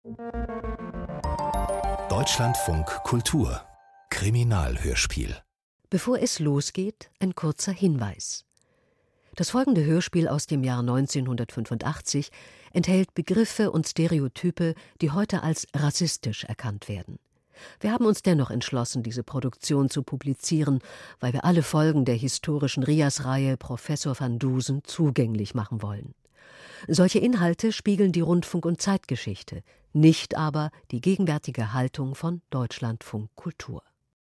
Deutschlandfunk Kultur Kriminalhörspiel. Bevor es losgeht, ein kurzer Hinweis. Das folgende Hörspiel aus dem Jahr 1985 enthält Begriffe und Stereotype, die heute als rassistisch erkannt werden. Wir haben uns dennoch entschlossen, diese Produktion zu publizieren, weil wir alle Folgen der historischen Rias-Reihe Professor van Dusen zugänglich machen wollen. Solche Inhalte spiegeln die Rundfunk- und Zeitgeschichte, nicht aber die gegenwärtige Haltung von Deutschlandfunk Kultur.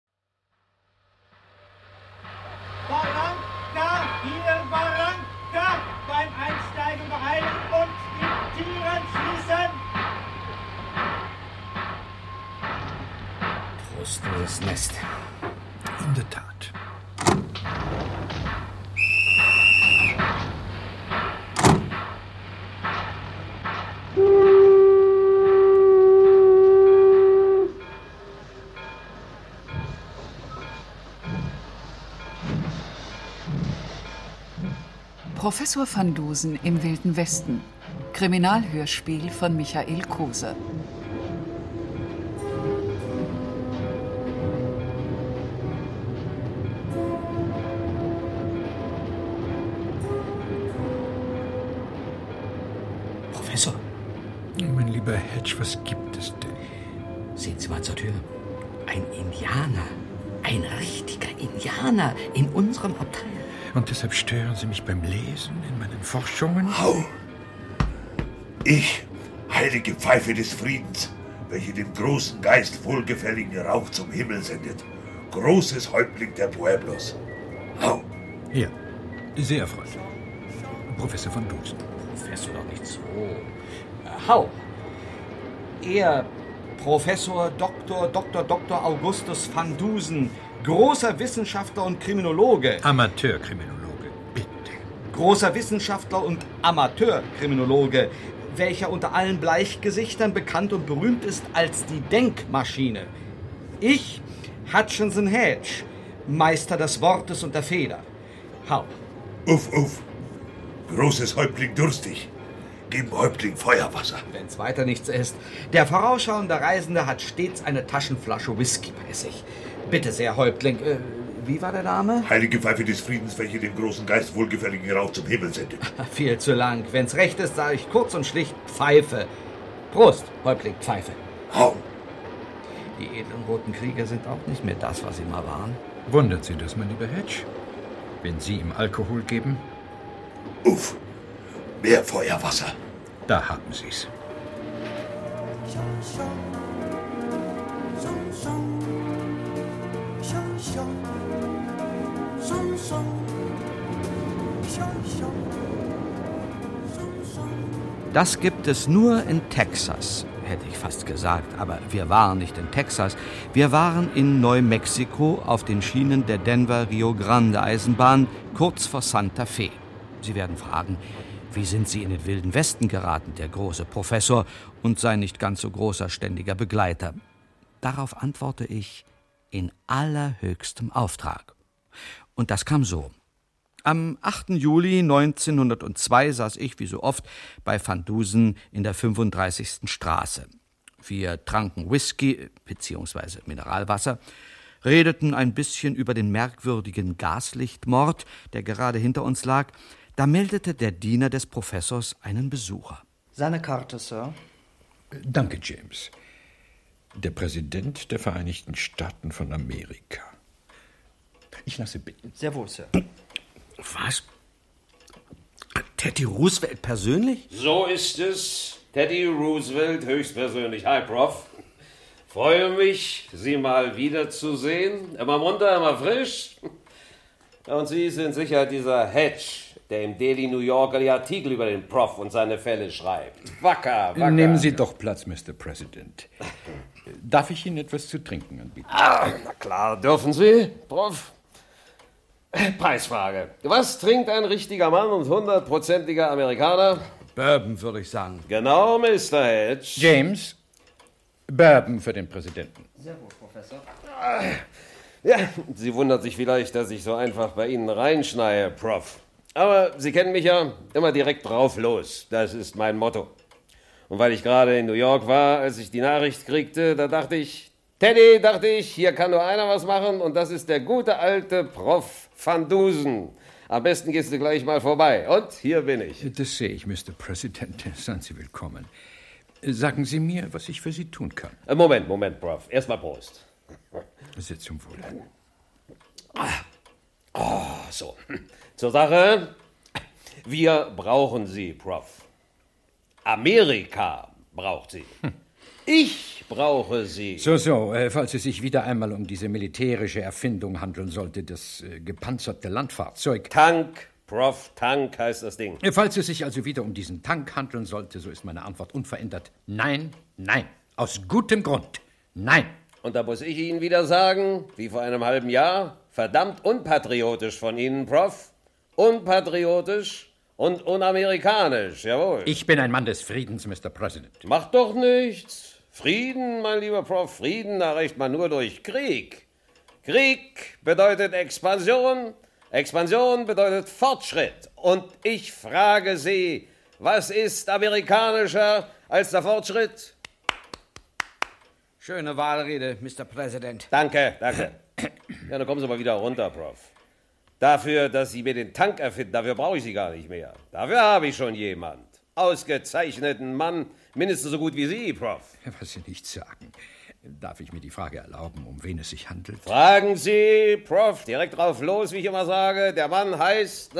Barranca, hier Barranca, beim Einsteigen beeilen und die Türen schließen. Trostloses Nest. In der Tat. Professor van Dusen im Wilden Westen. Kriminalhörspiel von Michael Koser. Professor, Mein lieber Hedge, was gibt es denn? sehen Sie mal zur Tür. Ein Indianer. Ein richtiger Indianer in unserem Abteil. Und deshalb stören Sie mich beim Lesen in meinen Forschungen? Au! Ich, heilige Pfeife des Friedens, welche dem großen Geist wohlgefälligen Rauch zum Himmel sendet. Großes Häuptling der Pueblos. Au! Ja, sehr erfreut. Professor van Dusen. Professor doch nicht so. Hau! Er, Professor Dr. Augustus van Dusen, großer Wissenschaftler und Kriminologe. Amateurkriminologe, bitte. Großer Wissenschaftler und Amateurkriminologe, welcher unter allen Bleichgesichtern bekannt und berühmt ist als die Denkmaschine. Ich, Hutchinson Hedge, Meister des Wortes und der Feder. Hau! Uff, uff! Großes Häuptling durstig. Geben Häuptling Feuerwasser. Wenn's weiter nichts ist. Der vorausschauende Reisende hat stets eine Taschenflasche Whisky bei sich. Bitte sehr, Häuptling. Wie war der Name? Heilige Pfeife des Friedens, welche dem großen Geist wohlgefälligen Rauch zum Himmel sendet. Viel zu lang. Wenn's recht ist, sage ich kurz und schlicht Pfeife. Prost, Häuptling Pfeife. Hau! Die edlen roten Krieger sind auch nicht mehr das, was sie mal waren. Wundert Sie das, mein lieber Hedge? Wenn Sie ihm Alkohol geben, Uff! Mehr Feuerwasser. da haben Sie's. Das gibt es nur in Texas, hätte ich fast gesagt. Aber wir waren nicht in Texas. Wir waren in Neumexiko auf den Schienen der Denver-Rio Grande Eisenbahn, kurz vor Santa Fe. Sie werden fragen, wie sind Sie in den Wilden Westen geraten, der große Professor und sein nicht ganz so großer ständiger Begleiter? Darauf antworte ich, in allerhöchstem Auftrag. Und das kam so. Am 8. Juli 1902 saß ich, wie so oft, bei Van Dusen in der 35. Straße. Wir tranken Whisky bzw. Mineralwasser, redeten ein bisschen über den merkwürdigen Gaslichtmord, der gerade hinter uns lag. Da meldete der Diener des Professors einen Besucher. Seine Karte, Sir. Danke, James. Der Präsident der Vereinigten Staaten von Amerika. Ich lasse bitten. Sehr wohl, Sir. Was? Teddy Roosevelt persönlich? So ist es. Teddy Roosevelt höchstpersönlich. Hi, Prof. Freue mich, Sie mal wiederzusehen. Immer munter, immer frisch. Und Sie sind sicher dieser Hedge, der im Daily New Yorker die Artikel über den Prof und seine Fälle schreibt. Wacker, wacker. Nehmen Sie doch Platz, Mr. President. Darf ich Ihnen etwas zu trinken anbieten? Na klar, dürfen Sie, Prof. Preisfrage. Was trinkt ein richtiger Mann und 100%iger Amerikaner? Bourbon, würde ich sagen. Genau, Mr. Hedge. James, Bourbon für den Präsidenten. Sehr wohl, Professor. Ja, Sie wundert sich vielleicht, dass ich so einfach bei Ihnen reinschneie, Prof. Aber Sie kennen mich ja, immer direkt drauf los. Das ist mein Motto. Und weil ich gerade in New York war, als ich die Nachricht kriegte, da dachte ich, Teddy, hier kann nur einer was machen und das ist der gute alte Prof. Van Dusen. Am besten gehst du gleich mal vorbei. Und hier bin ich. Das sehe ich, Mr. President. Seien Sie willkommen. Sagen Sie mir, was ich für Sie tun kann. Moment, Prof. Erstmal Prost. Sehr zum Wohle. So. Zur Sache. Wir brauchen Sie, Prof. Amerika braucht Sie. Ich brauche Sie. So, falls es sich wieder einmal um diese militärische Erfindung handeln sollte, das gepanzerte Landfahrzeug. Tank, Prof, Tank heißt das Ding. Falls es sich also wieder um diesen Tank handeln sollte, so ist meine Antwort unverändert. Nein, nein. Aus gutem Grund. Nein. Und da muss ich Ihnen wieder sagen, wie vor einem halben Jahr, verdammt unpatriotisch von Ihnen, Prof. Unpatriotisch und unamerikanisch, jawohl. Ich bin ein Mann des Friedens, Mr. President. Macht doch nichts. Frieden, mein lieber Prof, Frieden erreicht man nur durch Krieg. Krieg bedeutet Expansion, Expansion bedeutet Fortschritt. Und ich frage Sie, was ist amerikanischer als der Fortschritt? Schöne Wahlrede, Mr. President. Danke. Ja, dann kommen Sie mal wieder runter, Prof. Dafür, dass Sie mir den Tank erfinden, dafür brauche ich Sie gar nicht mehr. Dafür habe ich schon jemand. Ausgezeichneten Mann, mindestens so gut wie Sie, Prof. Was Sie nicht sagen. Darf ich mir die Frage erlauben, um wen es sich handelt? Fragen Sie, Prof, direkt drauf los, wie ich immer sage. Der Mann heißt,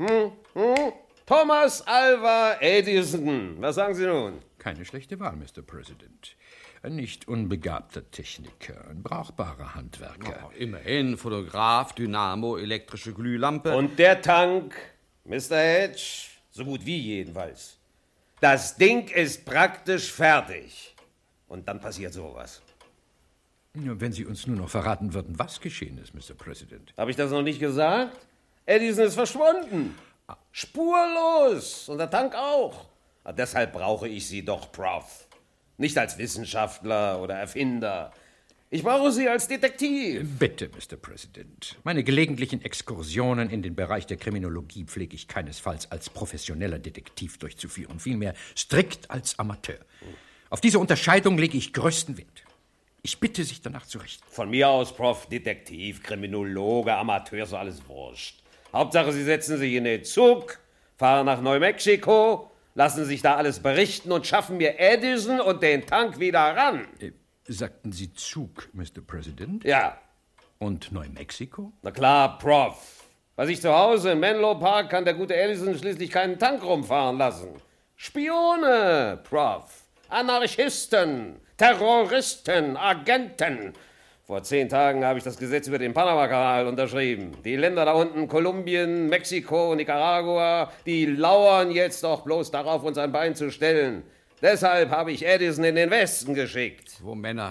Thomas Alva Edison. Was sagen Sie nun? Keine schlechte Wahl, Mr. President. Ein nicht unbegabter Techniker, ein brauchbarer Handwerker. Oh, immerhin Fotograf, Dynamo, elektrische Glühlampe. Und der Tank, Mr. Hedge, so gut wie jedenfalls. Das Ding ist praktisch fertig. Und dann passiert sowas. Wenn Sie uns nur noch verraten würden, was geschehen ist, Mr. President. Habe ich das noch nicht gesagt? Edison ist verschwunden. Spurlos. Und der Tank auch. Deshalb brauche ich Sie doch, Prof. Nicht als Wissenschaftler oder Erfinder. Ich brauche Sie als Detektiv. Bitte, Mr. President. Meine gelegentlichen Exkursionen in den Bereich der Kriminologie pflege ich keinesfalls als professioneller Detektiv durchzuführen, vielmehr strikt als Amateur. Auf diese Unterscheidung lege ich größten Wert. Ich bitte, sich danach zu richten. Von mir aus, Prof, Detektiv, Kriminologe, Amateur, so alles wurscht. Hauptsache, Sie setzen sich in den Zug, fahren nach Neumexiko, lassen sich da alles berichten und schaffen mir Edison und den Tank wieder ran. Sagten Sie Zug, Mr. President? Ja. Und Neumexiko? Na klar, Prof. Bei sich zu Hause im Menlo Park kann der gute Edison schließlich keinen Tank rumfahren lassen. Spione, Prof. Anarchisten, Terroristen, Agenten. Vor 10 Tagen habe ich das Gesetz über den Panama-Kanal unterschrieben. Die Länder da unten, Kolumbien, Mexiko, Nicaragua, die lauern jetzt doch bloß darauf, uns ein Bein zu stellen. Deshalb habe ich Edison in den Westen geschickt. Wo Männer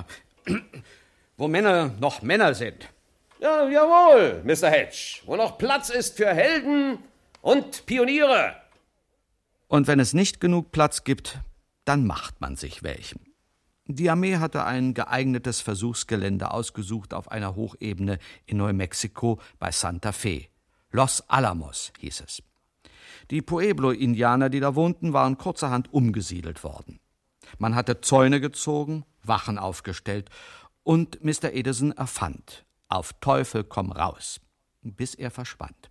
noch Männer sind. Ja, jawohl, Mr. Hedge. Wo noch Platz ist für Helden und Pioniere. Und wenn es nicht genug Platz gibt, dann macht man sich welchen. Die Armee hatte ein geeignetes Versuchsgelände ausgesucht auf einer Hochebene in Neumexiko bei Santa Fe. Los Alamos hieß es. Die Pueblo-Indianer, die da wohnten, waren kurzerhand umgesiedelt worden. Man hatte Zäune gezogen, Wachen aufgestellt und Mr. Edison erfand, auf Teufel komm raus, bis er verschwand.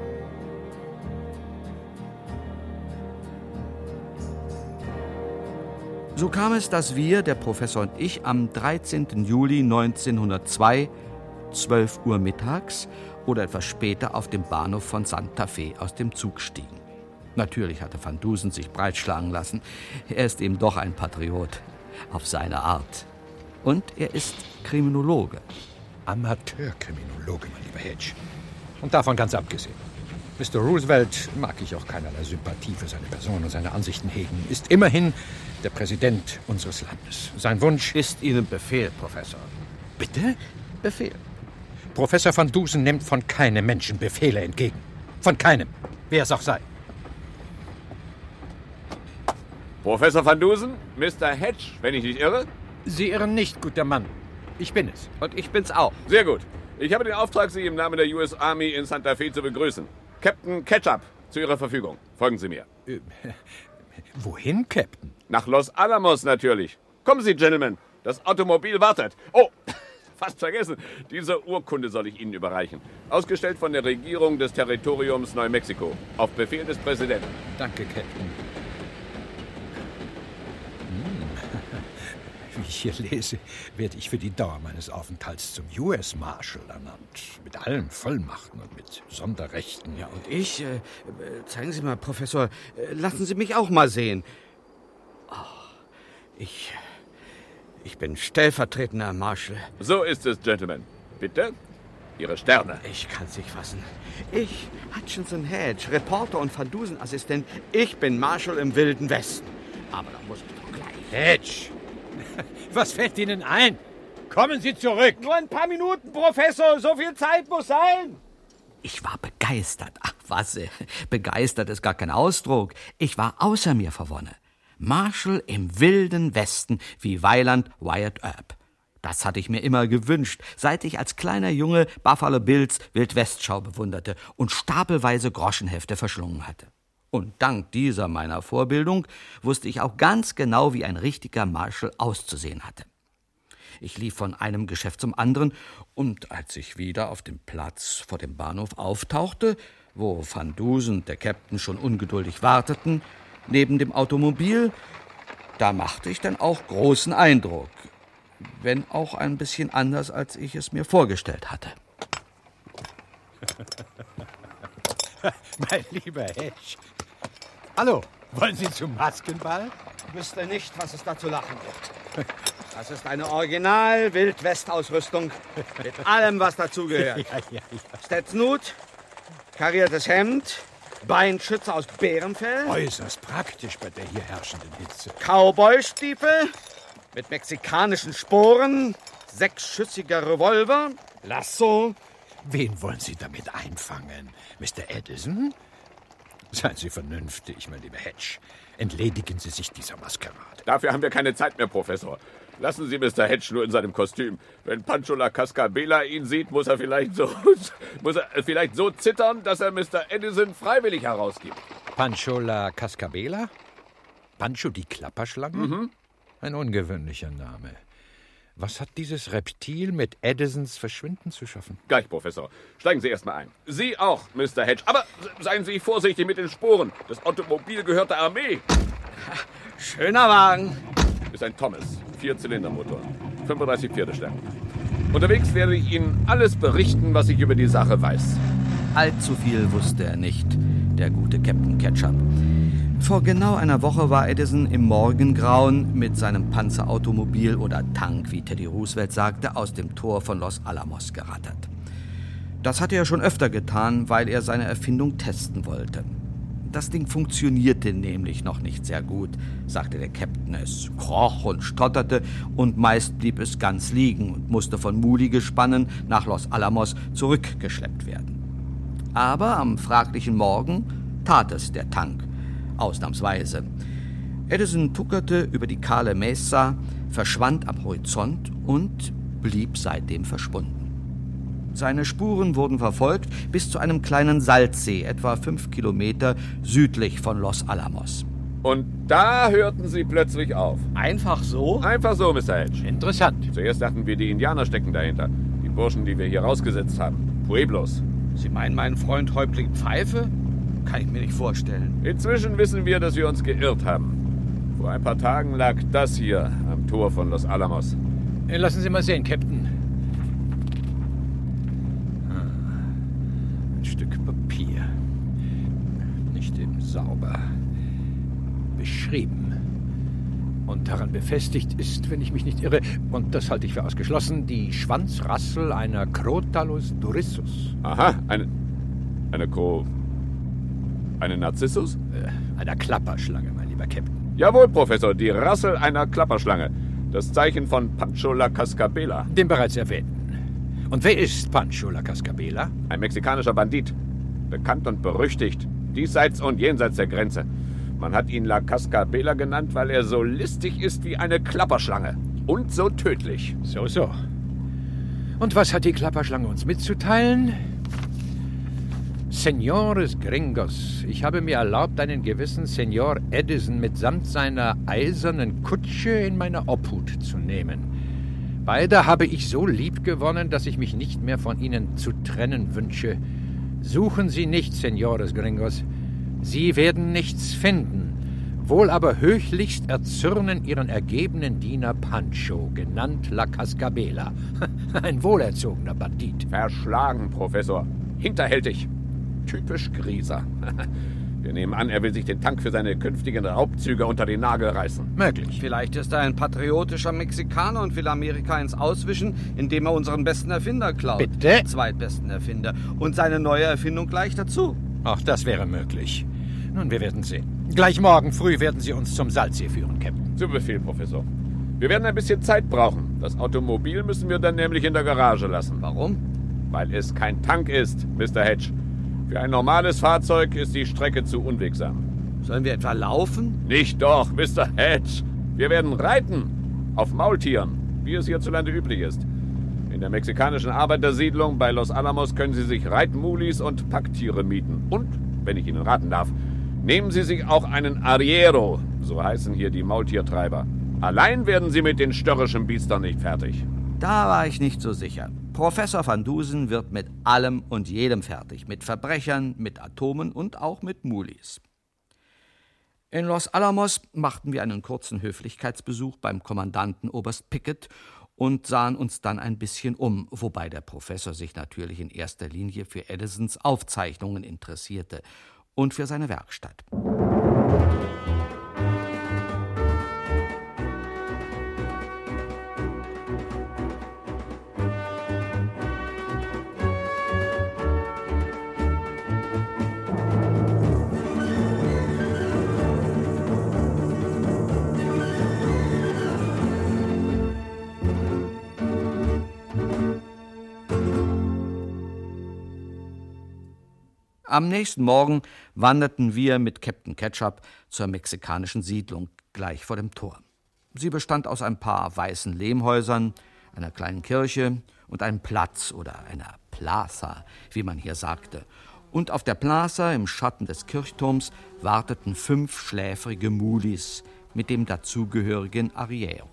So kam es, dass wir, der Professor und ich, am 13. Juli 1902, 12 Uhr mittags oder etwas später auf dem Bahnhof von Santa Fe aus dem Zug stiegen. Natürlich hatte Van Dusen sich breitschlagen lassen. Er ist eben doch ein Patriot, auf seine Art. Und er ist Kriminologe. Amateurkriminologe, mein lieber Hedge. Und davon ganz abgesehen. Mr. Roosevelt mag ich auch keinerlei Sympathie für seine Person und seine Ansichten hegen, ist immerhin der Präsident unseres Landes. Sein Wunsch ist Ihnen Befehl, Professor. Bitte? Befehl. Professor Van Dusen nimmt von keinem Menschen Befehle entgegen. Von keinem, wer es auch sei. Professor Van Dusen, Mr. Hedge, wenn ich nicht irre? Sie irren nicht, guter Mann. Ich bin es. Und ich bin's auch. Sehr gut. Ich habe den Auftrag, Sie im Namen der US Army in Santa Fe zu begrüßen. Captain Ketchup, zu Ihrer Verfügung. Folgen Sie mir. Wohin, Captain? Nach Los Alamos natürlich. Kommen Sie, Gentlemen. Das Automobil wartet. Oh, fast vergessen. Diese Urkunde soll ich Ihnen überreichen. Ausgestellt von der Regierung des Territoriums Neumexiko. Auf Befehl des Präsidenten. Danke, Captain. Wie ich hier lese, werde ich für die Dauer meines Aufenthalts zum US Marshal ernannt. Mit allen Vollmachten und mit Sonderrechten. Ja, und ich? Zeigen Sie mal, Professor, lassen Sie mich auch mal sehen. Oh, ich bin stellvertretender Marshal. So ist es, Gentlemen. Bitte, Ihre Sterne. Ich kann's nicht fassen. Ich, Hutchinson Hedge, Reporter und Van Dusen-Assistent, ich bin Marshal im Wilden Westen. Aber da muss ich doch gleich... Hedge! Was fällt Ihnen ein? Kommen Sie zurück! Nur ein paar Minuten, Professor. So viel Zeit muss sein. Ich war begeistert. Ach, was? Begeistert ist gar kein Ausdruck. Ich war außer mir vor Wonne. Marshal im Wilden Westen, wie Weiland Wyatt Earp. Das hatte ich mir immer gewünscht, seit ich als kleiner Junge Buffalo Bills Wildwestschau bewunderte und stapelweise Groschenhefte verschlungen hatte. Und dank dieser meiner Vorbildung wusste ich auch ganz genau, wie ein richtiger Marshal auszusehen hatte. Ich lief von einem Geschäft zum anderen, und als ich wieder auf dem Platz vor dem Bahnhof auftauchte, wo Van Dusen und der Captain schon ungeduldig warteten, neben dem Automobil, da machte ich dann auch großen Eindruck, wenn auch ein bisschen anders, als ich es mir vorgestellt hatte. Mein lieber Hedge. Hallo, wollen Sie zum Maskenball? Ich wüsste nicht, was es da zu lachen gibt. Das ist eine Original-Wildwest-Ausrüstung mit allem, was dazugehört. Ja. Stetson-Hut, kariertes Hemd, Beinschützer aus Bärenfell. Äußerst praktisch bei der hier herrschenden Hitze. Cowboy-Stiefel mit mexikanischen Sporen, 6-schüssiger Revolver, Lasso. Wen wollen Sie damit einfangen? Mr. Edison? Seien Sie vernünftig, mein lieber Hedge. Entledigen Sie sich dieser Maskerade. Dafür haben wir keine Zeit mehr, Professor. Lassen Sie Mr. Hedge nur in seinem Kostüm. Wenn Pancho La Cascabela ihn sieht, muss er vielleicht so zittern, dass er Mr. Edison freiwillig herausgibt. Pancho La Cascabela? Pancho die Klapperschlange? Mhm. Ein ungewöhnlicher Name. Was hat dieses Reptil mit Edisons Verschwinden zu schaffen? Gleich, Professor. Steigen Sie erst mal ein. Sie auch, Mr. Hedge. Aber seien Sie vorsichtig mit den Sporen. Das Automobil gehört der Armee. Schöner Wagen. Ist ein Thomas. 4-Zylinder-Motor. 35 Pferdestärken. Unterwegs werde ich Ihnen alles berichten, was ich über die Sache weiß. Allzu viel wusste er nicht, der gute Captain Ketchup. Vor genau einer Woche war Edison im Morgengrauen mit seinem Panzerautomobil oder Tank, wie Teddy Roosevelt sagte, aus dem Tor von Los Alamos gerattert. Das hatte er schon öfter getan, weil er seine Erfindung testen wollte. Das Ding funktionierte nämlich noch nicht sehr gut, sagte der Captain. Es kroch und stotterte und meist blieb es ganz liegen und musste von Muli-Gespannen nach Los Alamos zurückgeschleppt werden. Aber am fraglichen Morgen tat es der Tank. Ausnahmsweise. Edison tuckerte über die kahle Mesa, verschwand am Horizont und blieb seitdem verschwunden. Seine Spuren wurden verfolgt bis zu einem kleinen Salzsee, etwa 5 Kilometer südlich von Los Alamos. Und da hörten Sie plötzlich auf. Einfach so? Einfach so, Mr. Hedge. Interessant. Zuerst dachten wir, die Indianer stecken dahinter. Die Burschen, die wir hier rausgesetzt haben. Pueblos. Sie meinen meinen Freund Häuptling Pfeife? Kann ich mir nicht vorstellen. Inzwischen wissen wir, dass wir uns geirrt haben. Vor ein paar Tagen lag das hier am Tor von Los Alamos. Lassen Sie mal sehen, Captain. Ein Stück Papier. Nicht eben sauber. Beschrieben. Und daran befestigt ist, wenn ich mich nicht irre, und das halte ich für ausgeschlossen, die Schwanzrassel einer Crotalus durissus. Aha, eine Narzissus? Einer Klapperschlange, mein lieber Captain. Jawohl, Professor, die Rassel einer Klapperschlange. Das Zeichen von Pancho La Cascabela. Den bereits erwähnten. Und wer ist Pancho La Cascabela? Ein mexikanischer Bandit. Bekannt und berüchtigt. Diesseits und jenseits der Grenze. Man hat ihn La Cascabela genannt, weil er so listig ist wie eine Klapperschlange. Und so tödlich. So. Und was hat die Klapperschlange uns mitzuteilen? Senores Gringos, ich habe mir erlaubt, einen gewissen Senor Edison mitsamt seiner eisernen Kutsche in meine Obhut zu nehmen. Beide habe ich so lieb gewonnen, dass ich mich nicht mehr von ihnen zu trennen wünsche. Suchen Sie nicht, Senores Gringos. Sie werden nichts finden, wohl aber höchlichst erzürnen Ihren ergebenen Diener Pancho, genannt La Cascabela. Ein wohlerzogener Bandit. Verschlagen, Professor. Hinterhältig. Typisch Grieser. Wir nehmen an, er will sich den Tank für seine künftigen Raubzüge unter den Nagel reißen. Möglich. Vielleicht ist er ein patriotischer Mexikaner und will Amerika ins Auswischen, indem er unseren besten Erfinder klaut. Bitte? Zweitbesten Erfinder. Und seine neue Erfindung gleich dazu. Auch das wäre möglich. Nun, wir werden sehen. Gleich morgen früh werden Sie uns zum Salzsee führen, Captain. Zu Befehl, Professor. Wir werden ein bisschen Zeit brauchen. Das Automobil müssen wir dann nämlich in der Garage lassen. Warum? Weil es kein Tank ist, Mr. Hedge. Für ein normales Fahrzeug ist die Strecke zu unwegsam. Sollen wir etwa laufen? Nicht doch, Mr. Hedge. Wir werden reiten. Auf Maultieren, wie es hierzulande üblich ist. In der mexikanischen Arbeitersiedlung bei Los Alamos können Sie sich Reitmulis und Packtiere mieten. Und, wenn ich Ihnen raten darf, nehmen Sie sich auch einen Arriero, so heißen hier die Maultiertreiber. Allein werden Sie mit den störrischen Biestern nicht fertig. Da war ich nicht so sicher. Professor Van Dusen wird mit allem und jedem fertig. Mit Verbrechern, mit Atomen und auch mit Mulis. In Los Alamos machten wir einen kurzen Höflichkeitsbesuch beim Kommandanten Oberst Pickett und sahen uns dann ein bisschen um, wobei der Professor sich natürlich in erster Linie für Edisons Aufzeichnungen interessierte und für seine Werkstatt. Am nächsten Morgen wanderten wir mit Captain Ketchup zur mexikanischen Siedlung gleich vor dem Tor. Sie bestand aus ein paar weißen Lehmhäusern, einer kleinen Kirche und einem Platz oder einer Plaza, wie man hier sagte. Und auf der Plaza im Schatten des Kirchturms warteten 5 schläfrige Mulis mit dem dazugehörigen Arriero.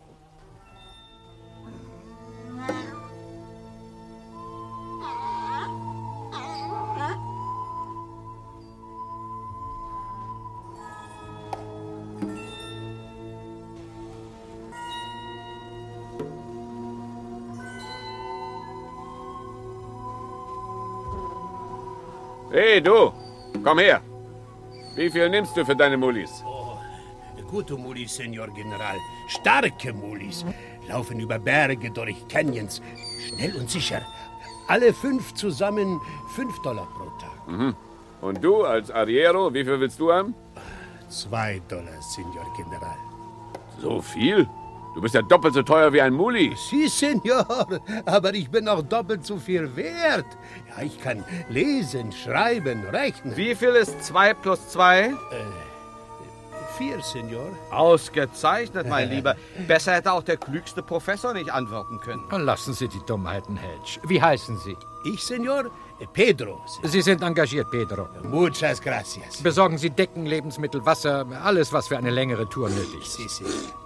Hey, du! Komm her! Wie viel nimmst du für deine Mulis? Oh, gute Mulis, Senor General. Starke Mulis. Laufen über Berge, durch Canyons. Schnell und sicher. Alle 5 zusammen $5 pro Tag. Mhm. Und du als Arriero, wie viel willst du haben? $2, Senor General. So viel? Du bist ja doppelt so teuer wie ein Muli. Si, Senor, aber ich bin auch doppelt so viel wert. Ja, ich kann lesen, schreiben, rechnen. Wie viel ist 2 plus 2? 4, Senor. Ausgezeichnet, mein Lieber. Besser hätte auch der klügste Professor nicht antworten können. Lassen Sie die Dummheiten, Hedge. Wie heißen Sie? Ich, Senor? Pedro. Sie sind engagiert, Pedro. Muchas gracias. Besorgen Sie Decken, Lebensmittel, Wasser, alles, was für eine längere Tour nötig ist. Si, si.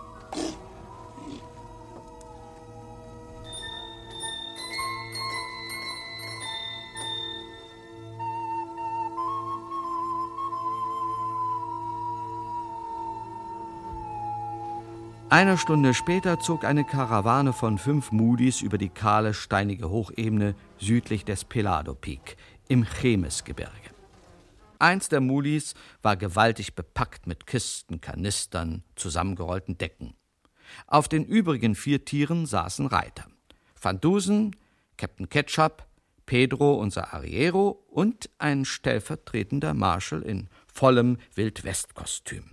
Eine Stunde später zog eine Karawane von 5 Mulis über die kahle, steinige Hochebene südlich des Pelado Peak im Jemez-Gebirge. Eins der Mulis war gewaltig bepackt mit Kisten, Kanistern, zusammengerollten Decken. Auf den übrigen 4 Tieren saßen Reiter. Van Dusen, Captain Ketchup, Pedro, unser Arriero und ein stellvertretender Marshal in vollem Wildwestkostüm.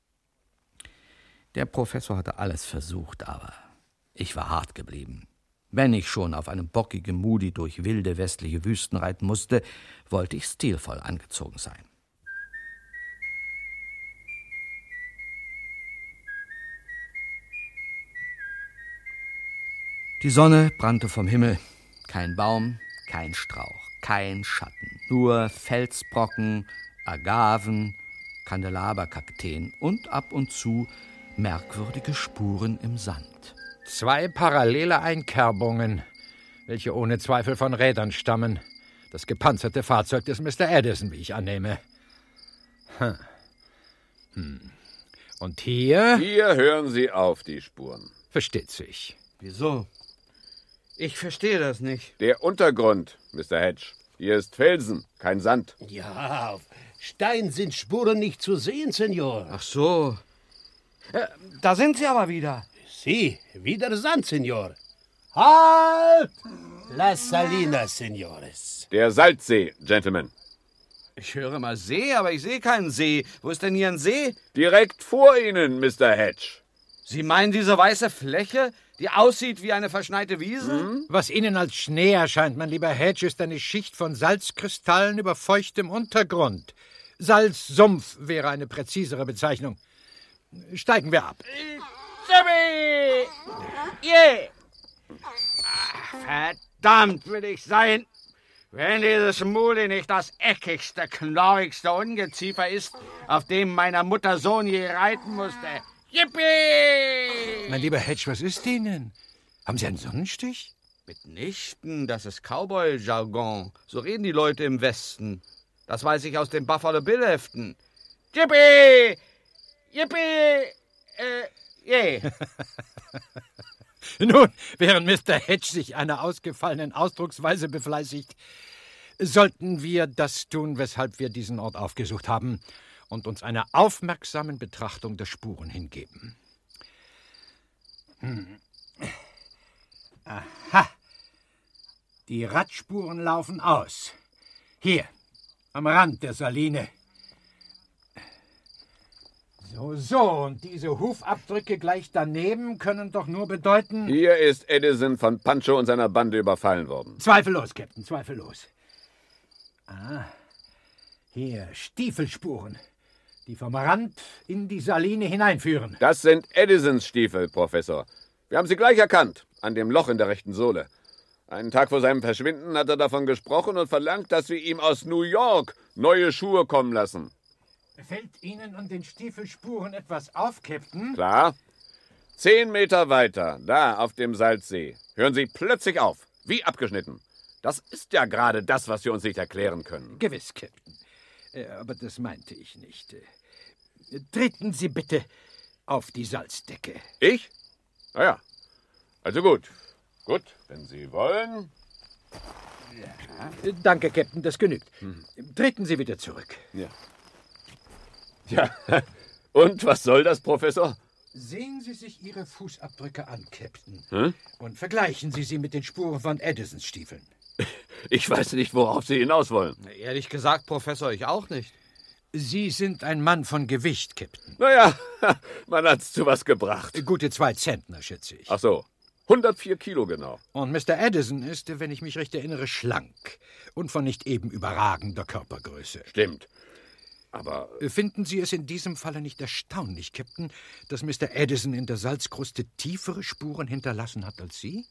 Der Professor hatte alles versucht, aber ich war hart geblieben. Wenn ich schon auf einem bockigen Muli durch wilde westliche Wüsten reiten musste, wollte ich stilvoll angezogen sein. Die Sonne brannte vom Himmel, kein Baum, kein Strauch, kein Schatten, nur Felsbrocken, Agaven, Kandelaberkakteen und ab und zu merkwürdige Spuren im Sand. 2 parallele Einkerbungen, welche ohne Zweifel von Rädern stammen. Das gepanzerte Fahrzeug des Mr. Addison, wie ich annehme. Und hier? Hier hören Sie auf, die Spuren. Versteht sich. Wieso? Ich verstehe das nicht. Der Untergrund, Mr. Hedge. Hier ist Felsen, kein Sand. Ja, auf Stein sind Spuren nicht zu sehen, Senor. Ach so. Da sind Sie aber wieder. Sie, wieder Sand, Senor. Halt! Las Salinas, Senores. Der Salzsee, Gentlemen. Ich höre mal See, aber ich sehe keinen See. Wo ist denn hier ein See? Direkt vor Ihnen, Mr. Hedge. Sie meinen diese weiße Fläche, die aussieht wie eine verschneite Wiese? Was Ihnen als Schnee erscheint, mein lieber Hedge, ist eine Schicht von Salzkristallen über feuchtem Untergrund. Salzsumpf wäre eine präzisere Bezeichnung. Steigen wir ab. Jimmy! Yeah! Verdammt will ich sein, wenn dieses Muli nicht das eckigste, knorrigste Ungeziefer ist, auf dem meiner Mutter Sohn je reiten musste. Yippie! Mein lieber Hedge, was ist Ihnen? Haben Sie einen Sonnenstich? Mitnichten, das ist Cowboy-Jargon. So reden die Leute im Westen. Das weiß ich aus den Buffalo Bill-Heften. Yippie! Yippie! Yeah. Nun, während Mr. Hedge sich einer ausgefallenen Ausdrucksweise befleißigt, sollten wir das tun, weshalb wir diesen Ort aufgesucht haben und uns einer aufmerksamen Betrachtung der Spuren hingeben. Aha. Die Radspuren laufen aus. Hier, am Rand der Saline. So, und diese Hufabdrücke gleich daneben können doch nur bedeuten... Hier ist Edison von Pancho und seiner Bande überfallen worden. Zweifellos, Captain, zweifellos. Hier, Stiefelspuren, die vom Rand in die Saline hineinführen. Das sind Edisons Stiefel, Professor. Wir haben sie gleich erkannt, an dem Loch in der rechten Sohle. Einen Tag vor seinem Verschwinden hat er davon gesprochen und verlangt, dass wir ihm aus New York neue Schuhe kommen lassen. Fällt Ihnen an den Stiefelspuren etwas auf, Captain? Klar. 10 Meter weiter, da auf dem Salzsee, hören Sie plötzlich auf, wie abgeschnitten. Das ist ja gerade das, was wir uns nicht erklären können. Gewiss, Captain. Aber das meinte ich nicht. Treten Sie bitte auf die Salzdecke. Ich? Na ja. Also gut. Gut, wenn Sie wollen. Ja. Danke, Captain, das genügt. Treten Sie wieder zurück. Ja. Ja, und was soll das, Professor? Sehen Sie sich Ihre Fußabdrücke an, Captain. Und vergleichen Sie sie mit den Spuren von Edisons Stiefeln. Ich weiß nicht, worauf Sie hinaus wollen. Ehrlich gesagt, Professor, ich auch nicht. Sie sind ein Mann von Gewicht, Captain. Naja, man hat's zu was gebracht. Gute 2 Zentner, schätze ich. Ach so, 104 Kilo genau. Und Mr. Addison ist, wenn ich mich recht erinnere, schlank und von nicht eben überragender Körpergröße. Stimmt. Aber... Finden Sie es in diesem Falle nicht erstaunlich, Captain, dass Mr. Addison in der Salzkruste tiefere Spuren hinterlassen hat als Sie?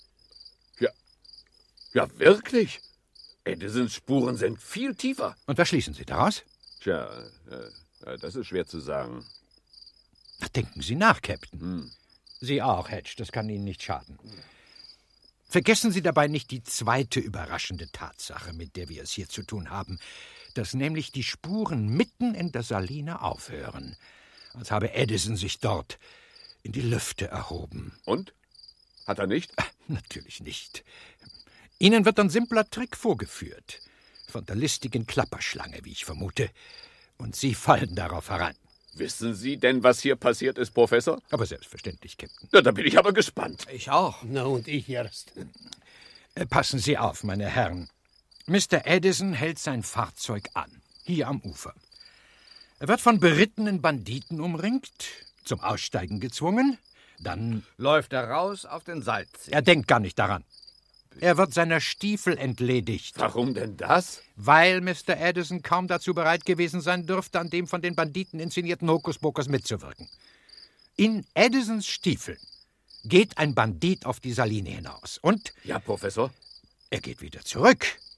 Ja, wirklich? Edisons Spuren sind viel tiefer. Und was schließen Sie daraus? Tja, das ist schwer zu sagen. Denken Sie nach, Captain. Sie auch, Hedge, das kann Ihnen nicht schaden. Vergessen Sie dabei nicht die zweite überraschende Tatsache, mit der wir es hier zu tun haben, dass nämlich die Spuren mitten in der Saline aufhören, als habe Edison sich dort in die Lüfte erhoben. Und? Hat er nicht? Natürlich nicht. Ihnen wird ein simpler Trick vorgeführt, von der listigen Klapperschlange, wie ich vermute, und Sie fallen darauf herein. Wissen Sie denn, was hier passiert ist, Professor? Aber selbstverständlich, Captain. Na, da bin ich aber gespannt. Ich auch. Na, und ich erst. Passen Sie auf, meine Herren. Mr. Addison hält sein Fahrzeug an, hier am Ufer. Er wird von berittenen Banditen umringt, zum Aussteigen gezwungen, dann läuft er raus auf den Salzsee. Er denkt gar nicht daran. Er wird seiner Stiefel entledigt. Warum denn das? Weil Mr. Addison kaum dazu bereit gewesen sein dürfte, an dem von den Banditen inszenierten Hokuspokus mitzuwirken. In Addisons Stiefeln geht ein Bandit auf die Saline hinaus. Und? Ja, Professor? Er geht wieder zurück.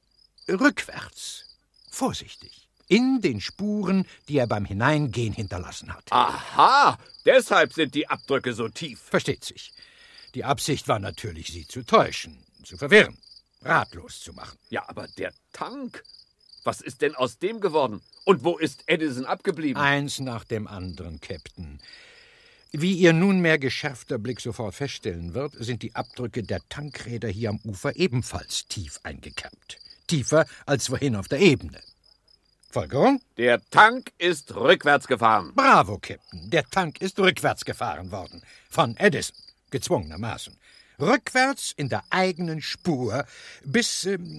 rückwärts, vorsichtig, in den Spuren, die er beim Hineingehen hinterlassen hat. Aha, deshalb sind die Abdrücke so tief. Versteht sich. Die Absicht war natürlich, Sie zu täuschen, zu verwirren, ratlos zu machen. Ja, aber der Tank, was ist denn aus dem geworden? Und wo ist Edison abgeblieben? Eins nach dem anderen, Captain. Wie Ihr nunmehr geschärfter Blick sofort feststellen wird, sind die Abdrücke der Tankräder hier am Ufer ebenfalls tief eingekerbt. Tiefer als vorhin auf der Ebene. Folgerung? Der Tank ist rückwärts gefahren. Bravo, Captain. Der Tank ist rückwärts gefahren worden. Von Edison, gezwungenermaßen. Rückwärts in der eigenen Spur bis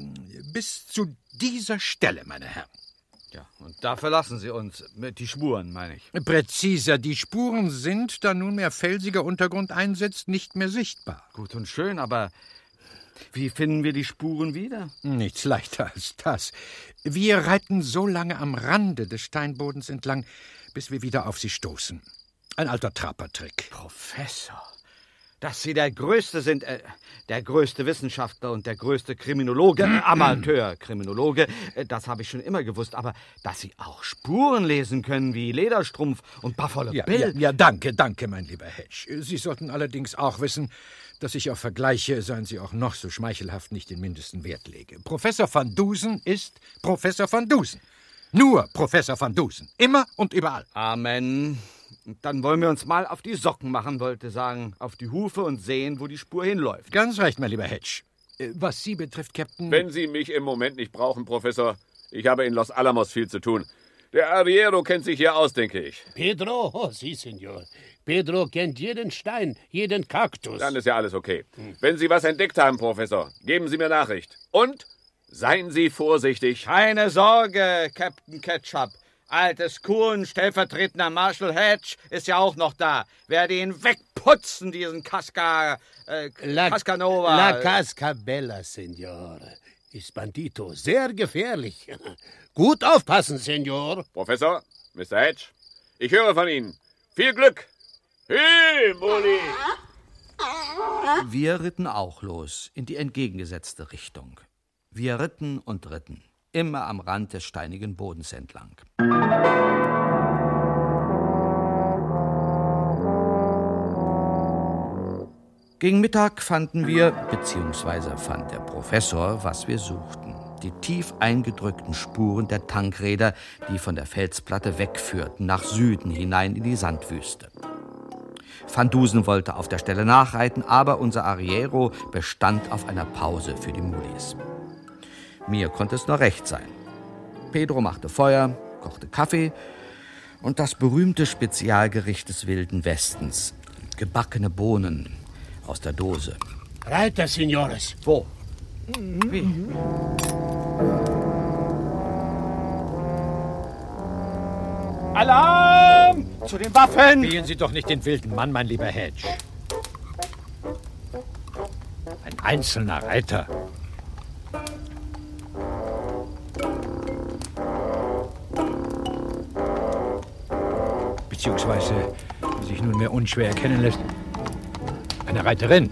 zu dieser Stelle, meine Herren. Ja, und da verlassen Sie uns. Die Spuren, meine ich. Präziser, die Spuren sind, da nunmehr felsiger Untergrund einsetzt, nicht mehr sichtbar. Gut und schön, aber wie finden wir die Spuren wieder? Nichts leichter als das. Wir reiten so lange am Rande des Steinbodens entlang, bis wir wieder auf sie stoßen. Ein alter Trappertrick. Professor, dass Sie der Größte sind, der größte Wissenschaftler und der größte Kriminologe, Amateurkriminologe, das habe ich schon immer gewusst. Aber dass Sie auch Spuren lesen können, wie Lederstrumpf und Buffalo Bill. Ja, danke, mein lieber Hedge. Sie sollten allerdings auch wissen, dass ich auf Vergleiche, seien sie auch noch so schmeichelhaft, nicht den mindesten Wert lege. Professor van Dusen ist Professor van Dusen. Nur Professor van Dusen. Immer und überall. Amen. Dann wollen wir uns mal auf die Socken machen, wollte sagen, auf die Hufe und sehen, wo die Spur hinläuft. Ganz recht, mein lieber Hedge. Was Sie betrifft, Captain... Wenn Sie mich im Moment nicht brauchen, Professor, ich habe in Los Alamos viel zu tun. Der Arriero kennt sich hier aus, denke ich. Pedro? Oh, Sie, Senor. Pedro kennt jeden Stein, jeden Kaktus. Dann ist ja alles okay. Wenn Sie was entdeckt haben, Professor, geben Sie mir Nachricht. Und seien Sie vorsichtig. Keine Sorge, Captain Ketchup. Altes Kuhn, stellvertretender Marshal Hedge, ist ja auch noch da. Werde ihn wegputzen, diesen Cascanova. La Cascabella, Senor. Ist Bandito. Sehr gefährlich. Gut aufpassen, Senor. Professor, Mr. Hedge, ich höre von Ihnen. Viel Glück. Hey, Molly. Wir ritten auch los, in die entgegengesetzte Richtung. Wir ritten und ritten, immer am Rand des steinigen Bodens entlang. Gegen Mittag fanden wir, beziehungsweise fand der Professor, was wir suchten. Die tief eingedrückten Spuren der Tankräder, die von der Felsplatte wegführten, nach Süden hinein in die Sandwüste. Van Dusen wollte auf der Stelle nachreiten, aber unser Arriero bestand auf einer Pause für die Mulis. Mir konnte es nur recht sein. Pedro machte Feuer, kochte Kaffee und das berühmte Spezialgericht des Wilden Westens, gebackene Bohnen aus der Dose. Reiter, Signores. Wo? Wie? Alarm! Zu den Waffen! Spielen Sie doch nicht den wilden Mann, mein lieber Hedge. Ein einzelner Reiter. Beziehungsweise, wie sich nunmehr unschwer erkennen lässt, eine Reiterin.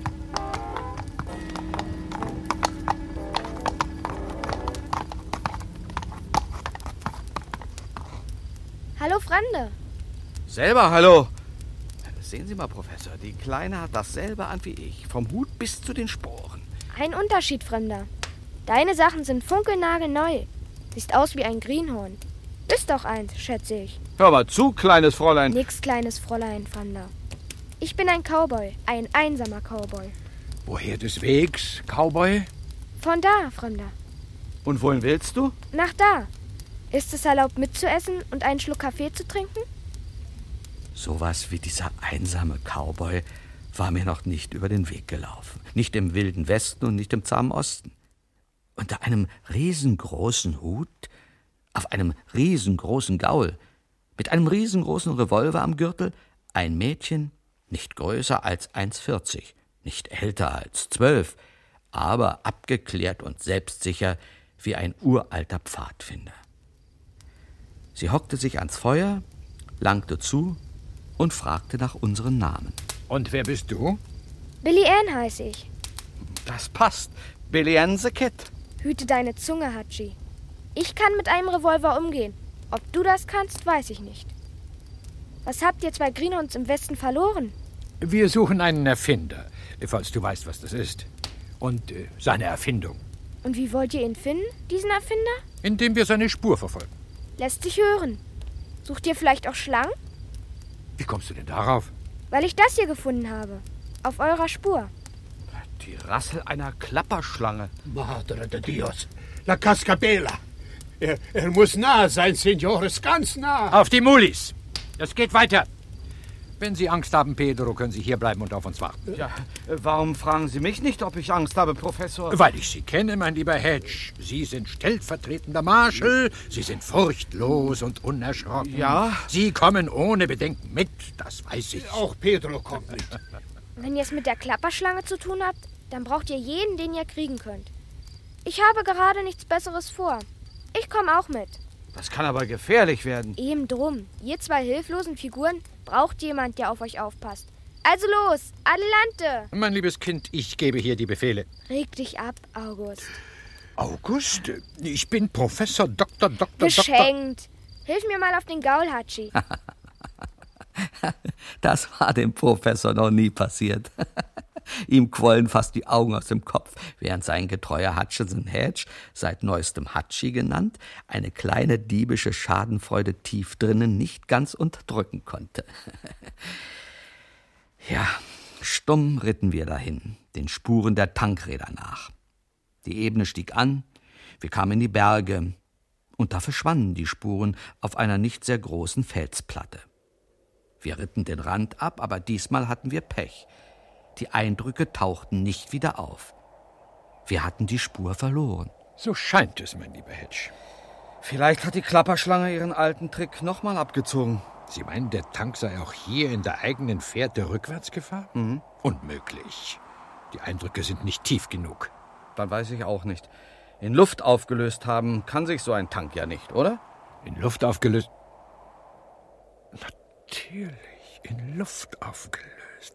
Hallo, Fremde. Selber, hallo. Sehen Sie mal, Professor, die Kleine hat dasselbe an wie ich, vom Hut bis zu den Sporen. Ein Unterschied, Fremder. Deine Sachen sind funkelnagelneu. Siehst aus wie ein Greenhorn. Bist doch eins, schätze ich. Hör mal zu, kleines Fräulein. Nix, kleines Fräulein, Fremder. Ich bin ein Cowboy, ein einsamer Cowboy. Woher des Wegs, Cowboy? Von da, Fremder. Und wohin willst du? Nach da. Ist es erlaubt mitzuessen und einen Schluck Kaffee zu trinken? Sowas wie dieser einsame Cowboy war mir noch nicht über den Weg gelaufen. Nicht im Wilden Westen und nicht im zahmen Osten. Unter einem riesengroßen Hut, auf einem riesengroßen Gaul, mit einem riesengroßen Revolver am Gürtel, ein Mädchen, nicht größer als 1,40, nicht älter als 12, aber abgeklärt und selbstsicher wie ein uralter Pfadfinder. Sie hockte sich ans Feuer, langte zu und fragte nach unseren Namen. Und wer bist du? Billy Ann heiße ich. Das passt. Billy Ann the Kid. Hüte deine Zunge, Hatschi. Ich kann mit einem Revolver umgehen. Ob du das kannst, weiß ich nicht. Was habt ihr zwei Greenhorns im Westen verloren? Wir suchen einen Erfinder, falls du weißt, was das ist. Und seine Erfindung. Und wie wollt ihr ihn finden, diesen Erfinder? Indem wir seine Spur verfolgen. Lässt sich hören. Sucht ihr vielleicht auch Schlangen? Wie kommst du denn darauf? Weil ich das hier gefunden habe. Auf eurer Spur. Die Rassel einer Klapperschlange. Madre de Dios. La Cascabela. Er muss nah sein, Senores, ganz nah. Auf die Mulis. Es geht weiter. Wenn Sie Angst haben, Pedro, können Sie hier bleiben und auf uns warten. Ja, warum fragen Sie mich nicht, ob ich Angst habe, Professor? Weil ich Sie kenne, mein lieber Hedge. Sie sind stellvertretender Marshal. Sie sind furchtlos und unerschrocken. Ja? Sie kommen ohne Bedenken mit, das weiß ich. Auch Pedro kommt mit. Wenn ihr es mit der Klapperschlange zu tun habt, dann braucht ihr jeden, den ihr kriegen könnt. Ich habe gerade nichts Besseres vor. Ich komme auch mit. Das kann aber gefährlich werden. Eben drum. Ihr zwei hilflosen Figuren braucht jemand, der auf euch aufpasst. Also los, Adelante! Mein liebes Kind, ich gebe hier die Befehle. Reg dich ab, August. August? Ich bin Professor Dr. Geschenkt. Hilf mir mal auf den Gaul, Hatschi. Das war dem Professor noch nie passiert. Ihm quollen fast die Augen aus dem Kopf, während sein getreuer Hutchinson Hedge, seit neuestem Hatschi genannt, eine kleine diebische Schadenfreude tief drinnen nicht ganz unterdrücken konnte. Ja, stumm ritten wir dahin, den Spuren der Tankräder nach. Die Ebene stieg an, wir kamen in die Berge, und da verschwanden die Spuren auf einer nicht sehr großen Felsplatte. Wir ritten den Rand ab, aber diesmal hatten wir Pech. Die Eindrücke tauchten nicht wieder auf. Wir hatten die Spur verloren. So scheint es, mein lieber Hedge. Vielleicht hat die Klapperschlange ihren alten Trick nochmal abgezogen. Sie meinen, der Tank sei auch hier in der eigenen Fährte rückwärts gefahren? Mhm. Unmöglich. Die Eindrücke sind nicht tief genug. Dann weiß ich auch nicht. In Luft aufgelöst haben kann sich so ein Tank ja nicht, oder? In Luft aufgelöst? Natürlich, in Luft aufgelöst.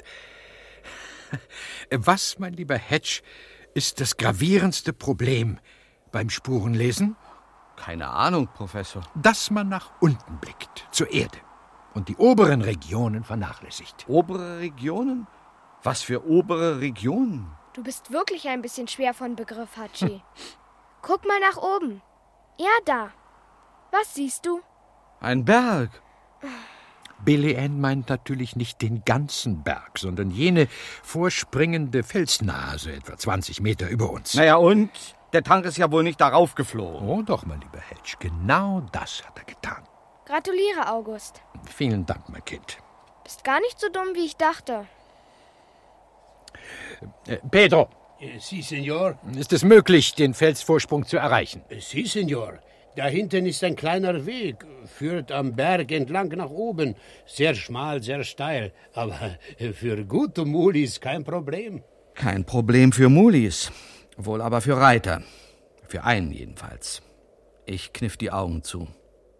Was, mein lieber Hedge, ist das gravierendste Problem beim Spurenlesen? Keine Ahnung, Professor. Dass man nach unten blickt, zur Erde, und die oberen Regionen vernachlässigt. Obere Regionen? Was für obere Regionen? Du bist wirklich ein bisschen schwer von Begriff, Hatschi. Guck mal nach oben. Ja, da. Was siehst du? Ein Berg. Billy Ann meint natürlich nicht den ganzen Berg, sondern jene vorspringende Felsnase, etwa 20 Meter über uns. Naja, und? Der Tank ist ja wohl nicht darauf geflogen. Oh, doch, mein lieber Hedge, genau das hat er getan. Gratuliere, August. Vielen Dank, mein Kind. Bist gar nicht so dumm, wie ich dachte. Pedro. Si, Senor. Ist es möglich, den Felsvorsprung zu erreichen? Si, Senor. Da hinten ist ein kleiner Weg, führt am Berg entlang nach oben. Sehr schmal, sehr steil, aber für gute Mulis kein Problem. Kein Problem für Mulis, wohl aber für Reiter. Für einen jedenfalls. Ich kniff die Augen zu.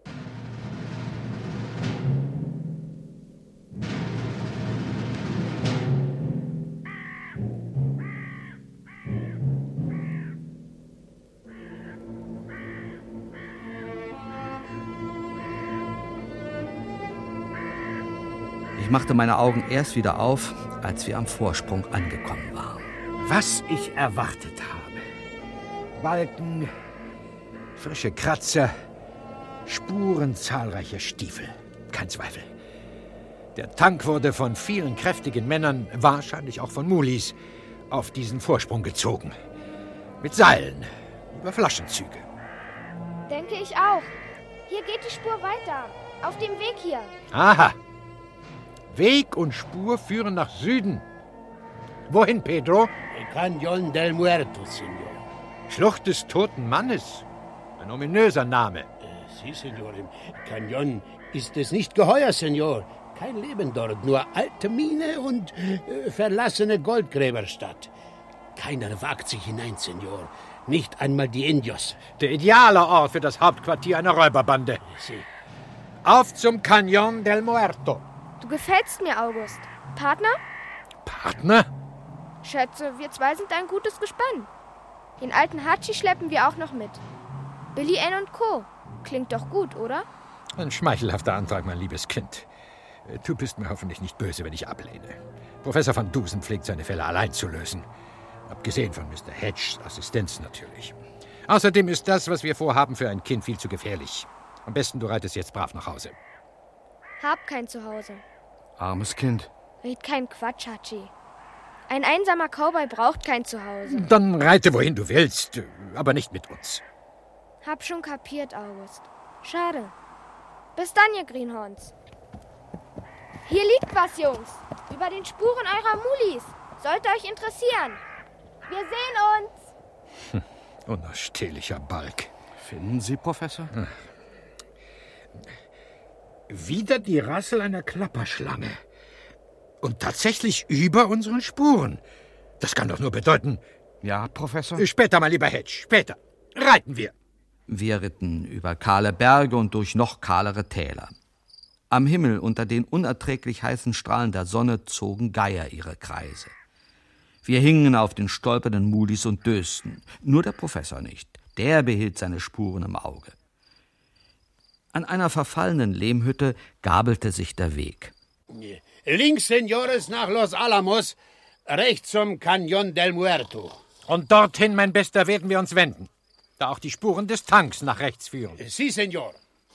Ich machte meine Augen erst wieder auf, als wir am Vorsprung angekommen waren. Was ich erwartet habe. Balken, frische Kratzer, Spuren zahlreicher Stiefel. Kein Zweifel. Der Tank wurde von vielen kräftigen Männern, wahrscheinlich auch von Mulis, auf diesen Vorsprung gezogen. Mit Seilen, über Flaschenzüge. Denke ich auch. Hier geht die Spur weiter. Auf dem Weg hier. Aha. Weg und Spur führen nach Süden. Wohin, Pedro? Cañón del Muerto, Senor. Schlucht des toten Mannes. Ein ominöser Name. Si, Senor. Im Cañón ist es nicht geheuer, Senor. Kein Leben dort, nur alte Mine und verlassene Goldgräberstadt. Keiner wagt sich hinein, Senor. Nicht einmal die Indios. Der ideale Ort für das Hauptquartier einer Räuberbande. Si. Auf zum Cañón del Muerto. Du gefällst mir, August. Partner? Partner? Schätze, wir zwei sind ein gutes Gespann. Den alten Hatschi schleppen wir auch noch mit. Billy Ann und Co. Klingt doch gut, oder? Ein schmeichelhafter Antrag, mein liebes Kind. Du bist mir hoffentlich nicht böse, wenn ich ablehne. Professor van Dusen pflegt seine Fälle allein zu lösen. Abgesehen von Mr. Hedges Assistenz natürlich. Außerdem ist das, was wir vorhaben, für ein Kind viel zu gefährlich. Am besten, du reitest jetzt brav nach Hause. Hab kein Zuhause. Armes Kind. Red kein Quatsch, Hatschi. Ein einsamer Cowboy braucht kein Zuhause. Dann reite, wohin du willst, aber nicht mit uns. Hab schon kapiert, August. Schade. Bis dann, ihr Greenhorns. Hier liegt was, Jungs. Über den Spuren eurer Mulis. Sollte euch interessieren. Wir sehen uns. Unausstehlicher Balk. Finden Sie, Professor? Wieder die Rassel einer Klapperschlange. Und tatsächlich über unseren Spuren. Das kann doch nur bedeuten... Ja, Professor? Später, mein lieber Hedge, später. Reiten wir. Wir ritten über kahle Berge und durch noch kahlere Täler. Am Himmel unter den unerträglich heißen Strahlen der Sonne zogen Geier ihre Kreise. Wir hingen auf den stolpernden Mulis und dösten. Nur der Professor nicht. Der behielt seine Spuren im Auge. An einer verfallenen Lehmhütte gabelte sich der Weg. Links, Senores, nach Los Alamos, rechts zum Cañón del Muerto. Und dorthin, mein Bester, werden wir uns wenden. Da auch die Spuren des Tanks nach rechts führen. Sie, Senor.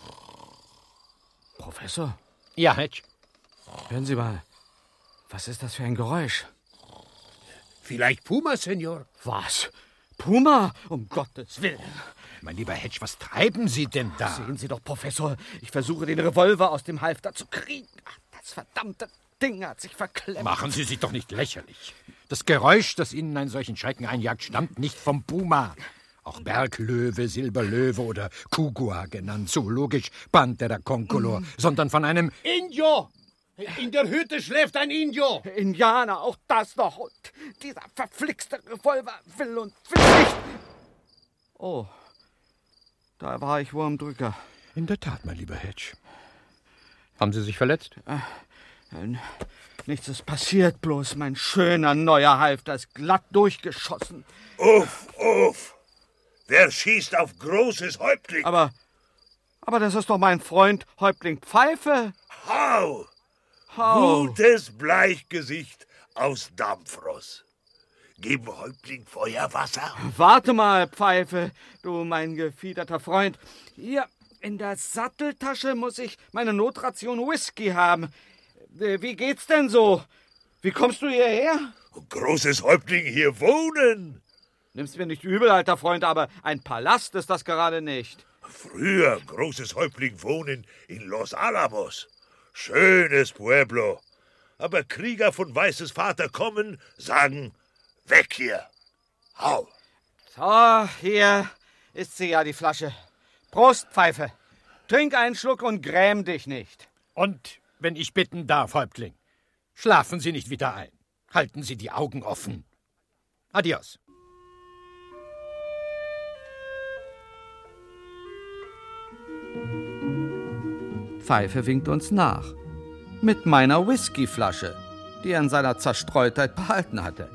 Professor? Ja, Hedge. Hören Sie mal. Was ist das für ein Geräusch? Vielleicht Puma, Senor. Was? Puma? Um Gottes Willen. Mein lieber Hedge, was treiben Sie denn da? Sehen Sie doch, Professor. Ich versuche, den Revolver aus dem Halfter zu kriegen. Ach, das verdammte Ding hat sich verklemmt. Machen Sie sich doch nicht lächerlich. Das Geräusch, das Ihnen einen solchen Schrecken einjagt, stammt nicht vom Puma. Auch Berglöwe, Silberlöwe oder Kugua genannt, zoologisch Panthera concolor, sondern von einem... Indio! In der Hütte schläft ein Indio! Indianer, auch das noch. Und dieser verflixte Revolver will und will nicht. Oh, da war ich wohl am Drücker. In der Tat, mein lieber Hedge. Haben Sie sich verletzt? Nichts ist passiert, bloß mein schöner neuer Halfter ist glatt durchgeschossen. Uff, uff! Wer schießt auf großes Häuptling? Aber das ist doch mein Freund Häuptling Pfeife. Hau! Hau! Gutes Bleichgesicht aus Dampfross. Geben Häuptling Feuerwasser? Warte mal, Pfeife, du mein gefiederter Freund. Hier in der Satteltasche muss ich meine Notration Whisky haben. Wie geht's denn so? Wie kommst du hierher? Großes Häuptling hier wohnen. Nimm's mir nicht übel, alter Freund, aber ein Palast ist das gerade nicht. Früher großes Häuptling wohnen in Los Alamos. Schönes Pueblo. Aber Krieger von Weißes Vater kommen, sagen, weg hier. Hau. So, hier ist sie ja, die Flasche. Prost, Pfeife. Trink einen Schluck und gräm dich nicht. Und, wenn ich bitten darf, Häuptling, schlafen Sie nicht wieder ein. Halten Sie die Augen offen. Adios. Pfeife winkt uns nach. Mit meiner Whiskyflasche, die er in seiner Zerstreutheit behalten hatte.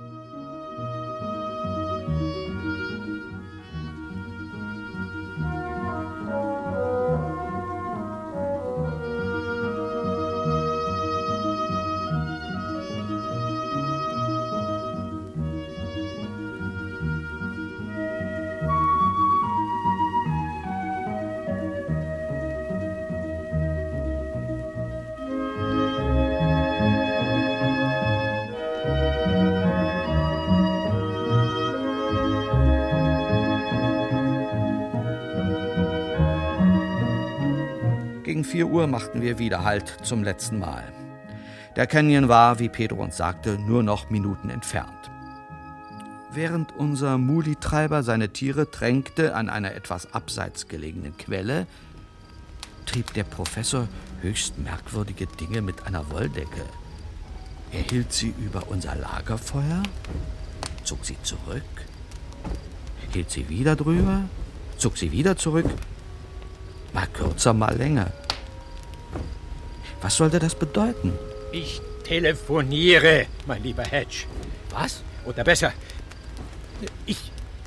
Gegen 4 Uhr machten wir wieder Halt zum letzten Mal. Der Canyon war, wie Pedro uns sagte, nur noch Minuten entfernt. Während unser Muli-Treiber seine Tiere tränkte an einer etwas abseits gelegenen Quelle, trieb der Professor höchst merkwürdige Dinge mit einer Wolldecke. Er hielt sie über unser Lagerfeuer, zog sie zurück, hielt sie wieder drüber, zog sie wieder zurück, mal kürzer, mal länger. Was sollte das bedeuten? Ich telefoniere, mein lieber Hedge. Was? Oder besser,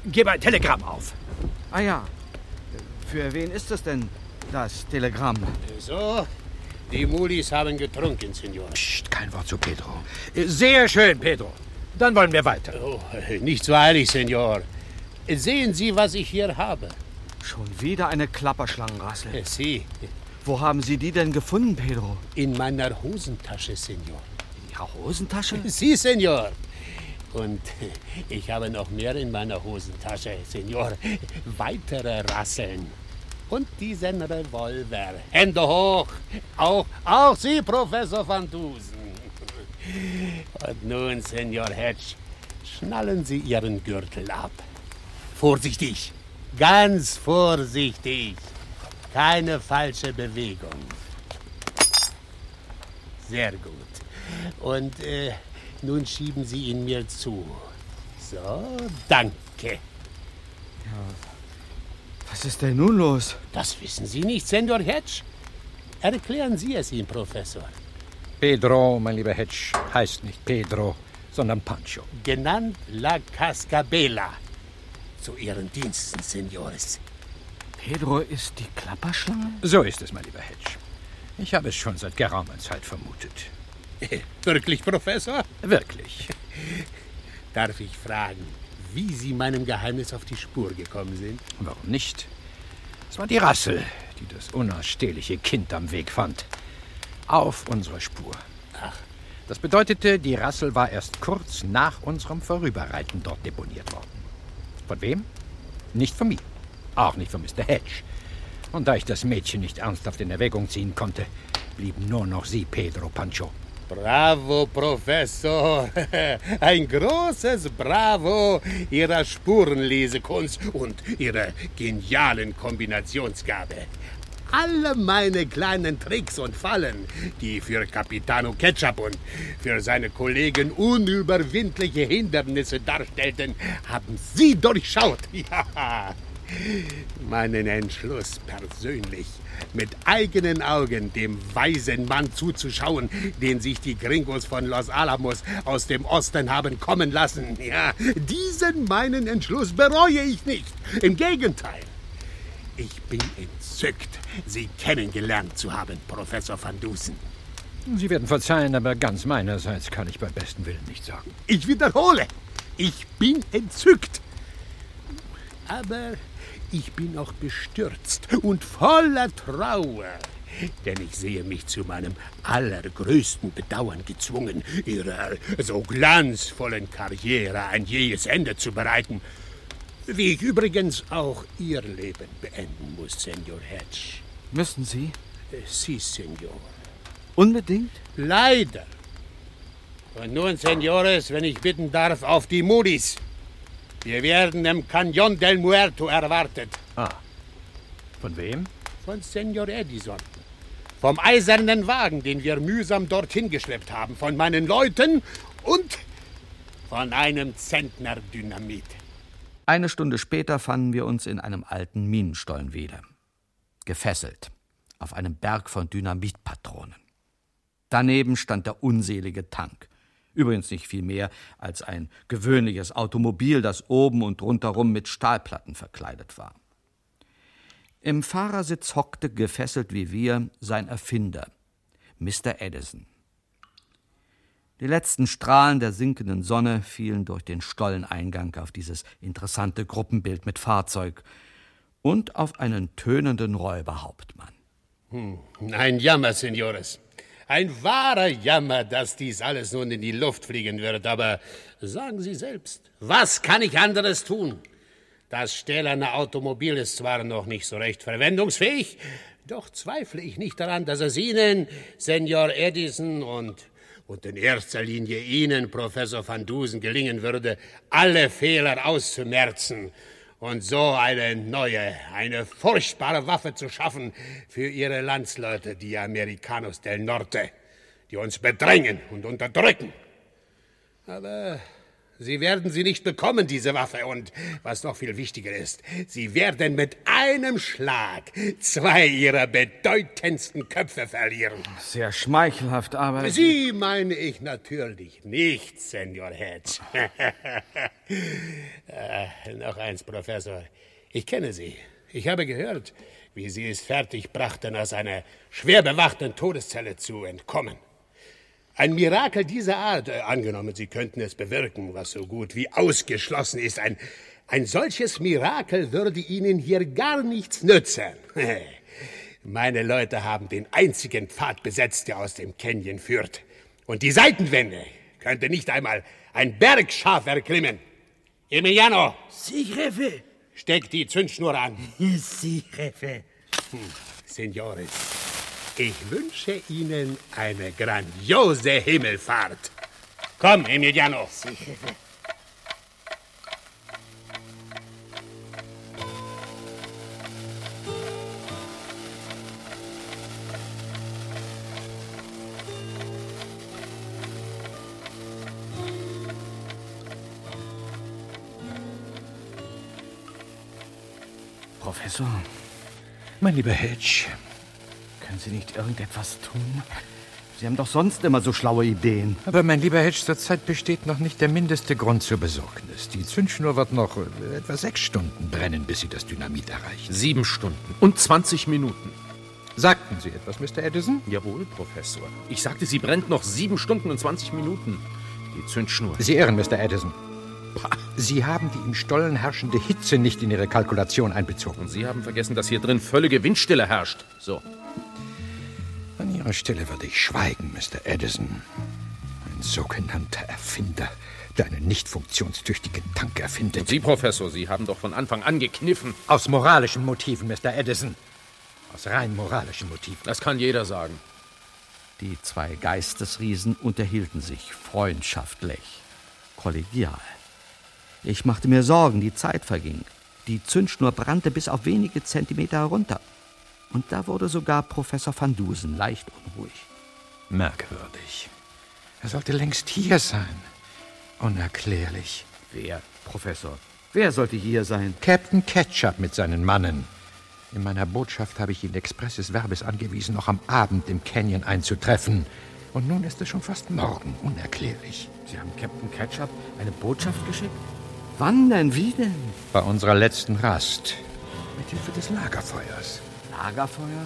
gebe ein Telegramm auf. Ah ja. Für wen ist es denn, das Telegramm? So, die Mulis haben getrunken, Senor. Psst, kein Wort zu Pedro. Sehr schön, Pedro. Dann wollen wir weiter. Oh, nicht so eilig, Senor. Sehen Sie, was ich hier habe. Schon wieder eine Klapperschlangenrassel. Sie. Wo haben Sie die denn gefunden, Pedro? In meiner Hosentasche, Senor. In Ihrer Hosentasche? Sie, Senor. Und ich habe noch mehr in meiner Hosentasche, Senor. Weitere Rasseln. Und diesen Revolver. Hände hoch. Auch Sie, Professor Van Dusen. Und nun, Senor Hedge, schnallen Sie Ihren Gürtel ab. Vorsichtig. Ganz vorsichtig. Keine falsche Bewegung. Sehr gut. Und nun schieben Sie ihn mir zu. So, danke. Ja, was ist denn nun los? Das wissen Sie nicht, Senor Hedge. Erklären Sie es ihm, Professor. Pedro, mein lieber Hedge, heißt nicht Pedro, sondern Pancho. Genannt La Cascabela. Zu Ihren Diensten, Senores. Pedro ist die Klapperschlange? So ist es, mein lieber Hedge. Ich habe es schon seit geraumer Zeit vermutet. Wirklich, Professor? Wirklich. Darf ich fragen, wie Sie meinem Geheimnis auf die Spur gekommen sind? Warum nicht? Es war die Rassel, die das unausstehliche Kind am Weg fand. Auf unserer Spur. Ach. Das bedeutete, die Rassel war erst kurz nach unserem Vorüberreiten dort deponiert worden. Von wem? Nicht von mir. Auch nicht von Mr. Hedge. Und da ich das Mädchen nicht ernsthaft in Erwägung ziehen konnte, blieben nur noch Sie, Pedro Pancho. Bravo, Professor. Ein großes Bravo Ihrer Spurenlesekunst und Ihrer genialen Kombinationsgabe. Alle meine kleinen Tricks und Fallen, die für Capitano Ketchup und für seine Kollegen unüberwindliche Hindernisse darstellten, haben Sie durchschaut. Ja. Meinen Entschluss persönlich, mit eigenen Augen dem weisen Mann zuzuschauen, den sich die Gringos von Los Alamos aus dem Osten haben kommen lassen. Ja, diesen meinen Entschluss bereue ich nicht. Im Gegenteil. Ich bin entzückt, Sie kennengelernt zu haben, Professor Van Dusen. Sie werden verzeihen, aber ganz meinerseits kann ich beim besten Willen nicht sagen. Ich wiederhole, ich bin entzückt. Aber ich bin auch bestürzt und voller Trauer, denn ich sehe mich zu meinem allergrößten Bedauern gezwungen, Ihrer so glanzvollen Karriere ein jähes Ende zu bereiten, wie ich übrigens auch Ihr Leben beenden muss, Senor Hedge. Müssen Sie? Sie, Senor. Unbedingt? Leider. Und nun, Senores, wenn ich bitten darf, auf die Mulis. Wir werden im Cañón del Muerto erwartet. Ah. Von wem? Von Senor Edison. Vom eisernen Wagen, den wir mühsam dorthin geschleppt haben. Von meinen Leuten und von einem Zentner Dynamit. Eine Stunde später fanden wir uns in einem alten Minenstollen wieder. Gefesselt. Auf einem Berg von Dynamitpatronen. Daneben stand der unselige Tank. Übrigens nicht viel mehr als ein gewöhnliches Automobil, das oben und rundherum mit Stahlplatten verkleidet war. Im Fahrersitz hockte, gefesselt wie wir, sein Erfinder, Mr. Edison. Die letzten Strahlen der sinkenden Sonne fielen durch den Stolleneingang auf dieses interessante Gruppenbild mit Fahrzeug und auf einen tönenden Räuberhauptmann. Ein Jammer, Senores. Ein wahrer Jammer, dass dies alles nun in die Luft fliegen wird. Aber sagen Sie selbst, was kann ich anderes tun? Das stählerne Automobil ist zwar noch nicht so recht verwendungsfähig, doch zweifle ich nicht daran, dass es Ihnen, Senor Edison, und in erster Linie Ihnen, Professor Van Dusen, gelingen würde, alle Fehler auszumerzen und so eine neue, eine furchtbare Waffe zu schaffen für Ihre Landsleute, die Americanos del Norte, die uns bedrängen und unterdrücken. Aber Sie werden sie nicht bekommen, diese Waffe. Und was noch viel wichtiger ist, Sie werden mit einem Schlag 2 Ihrer bedeutendsten Köpfe verlieren. Sehr schmeichelhaft, aber... Sie meine ich natürlich nicht, Senior Hedge. Noch eins, Professor. Ich kenne Sie. Ich habe gehört, wie Sie es fertig brachten, aus einer schwer bewachten Todeszelle zu entkommen. Ein Mirakel dieser Art, angenommen, Sie könnten es bewirken, was so gut wie ausgeschlossen ist, ein solches Mirakel würde Ihnen hier gar nichts nützen. Meine Leute haben den einzigen Pfad besetzt, der aus dem Canyon führt. Und die Seitenwände könnte nicht einmal ein Bergschaf erklimmen. Emiliano! Si, Jefe! Steck die Zündschnur an. Si, Jefe. Signores, ich wünsche Ihnen eine grandiose Himmelfahrt. Komm, Emiliano. Si, Jefe. Professor, Mein lieber Hedge, können Sie nicht irgendetwas tun? Sie haben doch sonst immer so schlaue Ideen. aber mein lieber Hedge, zurzeit besteht noch nicht der mindeste Grund zur Besorgnis. Die Zündschnur wird noch etwa 6 Stunden brennen, bis sie das Dynamit erreicht. 7 Stunden und 20 Minuten. Sagten Sie etwas, Mr. Edison? Jawohl, Professor. Ich sagte, sie brennt noch 7 Stunden und 20 Minuten. Die Zündschnur. Sie irren, Mr. Edison. Sie haben die im Stollen herrschende Hitze nicht in Ihre Kalkulation einbezogen. Und Sie haben vergessen, dass hier drin völlige Windstille herrscht. So. An Ihrer Stelle würde ich schweigen, Mr. Edison. Ein sogenannter Erfinder, der einen nicht funktionstüchtigen Tank erfindet. Und Sie, Professor, Sie haben doch von Anfang an gekniffen. Aus moralischen Motiven, Mr. Edison. Aus rein moralischen Motiven. Das kann jeder sagen. Die 2 Geistesriesen unterhielten sich freundschaftlich, kollegial. Ich machte mir Sorgen, die Zeit verging. Die Zündschnur brannte bis auf wenige Zentimeter herunter. Und da wurde sogar Professor Van Dusen leicht unruhig. Merkwürdig. Er sollte längst hier sein. Unerklärlich. Wer, Professor? Wer sollte hier sein? Captain Ketchup mit seinen Mannen. In meiner Botschaft habe ich ihn expresses Verbes angewiesen, noch am Abend im Canyon einzutreffen. Und nun ist es schon fast morgen. Unerklärlich. Sie haben Captain Ketchup eine Botschaft geschickt? Wann denn? Wie denn? Bei unserer letzten Rast. Mit Hilfe des Lagerfeuers. Lagerfeuer?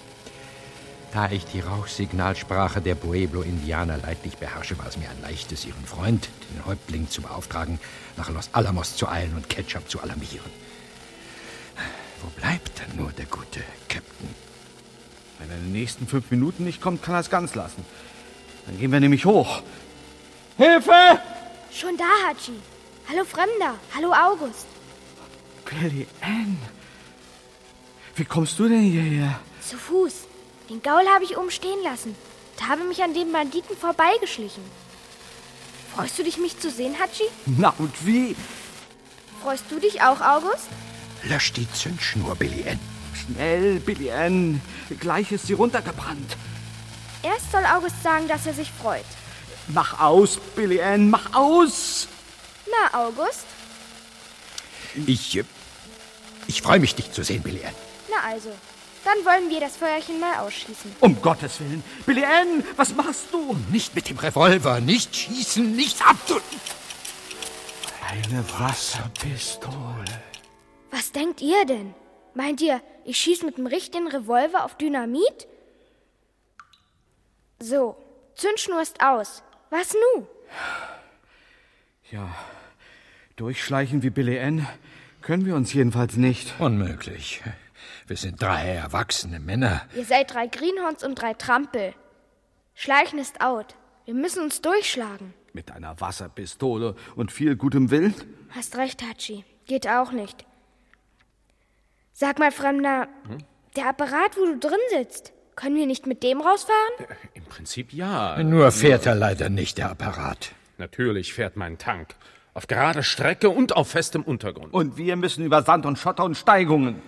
Da ich die Rauchsignalsprache der Pueblo-Indianer leidlich beherrsche, war es mir ein leichtes, Ihren Freund, den Häuptling, zu beauftragen, nach Los Alamos zu eilen und Ketchup zu alarmieren. Wo bleibt denn nur der gute Captain? Wenn er in den nächsten 5 Minuten nicht kommt, kann er es ganz lassen. Dann gehen wir nämlich hoch. Hilfe! Schon da, Hatschi. Hallo Fremder. Hallo August. Billy Ann. Wie kommst du denn hierher? Zu Fuß. Den Gaul habe ich oben stehen lassen. Da habe mich an dem Banditen vorbeigeschlichen. Freust du dich, mich zu sehen, Hatschi? Na und wie? Freust du dich auch, August? Lösch die Zündschnur, Billy Ann. Schnell, Billy Ann. Gleich ist sie runtergebrannt. Erst soll August sagen, dass er sich freut. Mach aus, Billy Ann, mach aus! Na, August? Ich freue mich, dich zu sehen, Billy Ann. Na also, dann wollen wir das Feuerchen mal ausschießen. Um Gottes Willen. Billy Ann, was machst du? Nicht mit dem Revolver, nicht schießen, nichts abtun. Eine Wasserpistole. Was denkt ihr denn? Meint ihr, ich schieße mit dem richtigen Revolver auf Dynamit? So, Zündschnur ist aus. Was nu? Ja, durchschleichen wie Billy Ann können wir uns jedenfalls nicht. Unmöglich. Wir sind 3 erwachsene Männer. Ihr seid 3 Greenhorns und 3 Trampel. Schleichen ist out. Wir müssen uns durchschlagen. Mit einer Wasserpistole und viel gutem Willen? Hast recht, Hatschi. Geht auch nicht. Sag mal, Fremder, der Apparat, wo du drin sitzt, können wir nicht mit dem rausfahren? Im Prinzip ja. Nur fährt er leider nicht, der Apparat. Natürlich fährt mein Tank. Auf gerader Strecke und auf festem Untergrund. Und wir müssen über Sand und Schotter und Steigungen.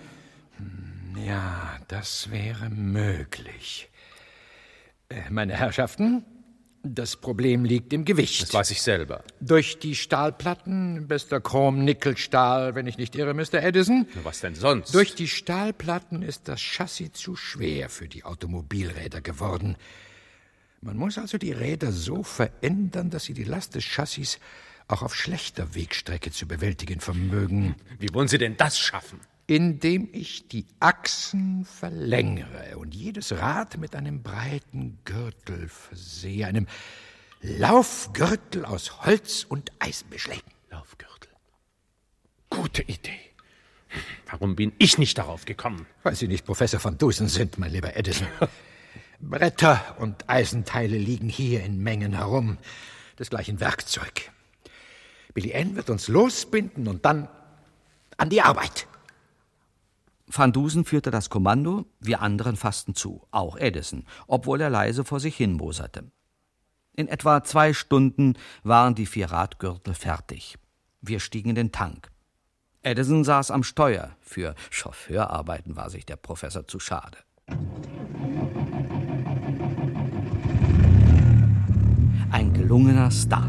Ja, das wäre möglich. Meine Herrschaften, Das Problem liegt im Gewicht. Das weiß ich selber. Durch die Stahlplatten, bester Chrom-Nickel-Stahl, wenn ich nicht irre, Mr. Edison. Was denn sonst? Durch die Stahlplatten ist das Chassis zu schwer für die Automobilräder geworden. Man muss also die Räder so verändern, dass sie die Last des Chassis auch auf schlechter Wegstrecke zu bewältigen vermögen. Wie wollen Sie denn das schaffen? Indem ich die Achsen verlängere und jedes Rad mit einem breiten Gürtel versehe, einem Laufgürtel aus Holz und Eisenbeschlägen. Laufgürtel. Gute Idee. Warum bin ich nicht darauf gekommen? Weil Sie nicht Professor van Dusen sind, mein lieber Edison. Bretter und Eisenteile liegen hier in Mengen herum, desgleichen Werkzeug. Billy Ann wird uns losbinden und dann an die Arbeit. Van Dusen führte das Kommando, wir anderen fassten zu, auch Edison, obwohl er leise vor sich hin moserte. In etwa 2 Stunden waren die 4 Radgürtel fertig. Wir stiegen in den Tank. Edison saß am Steuer. Für Chauffeurarbeiten war sich der Professor zu schade. Ein gelungener Start.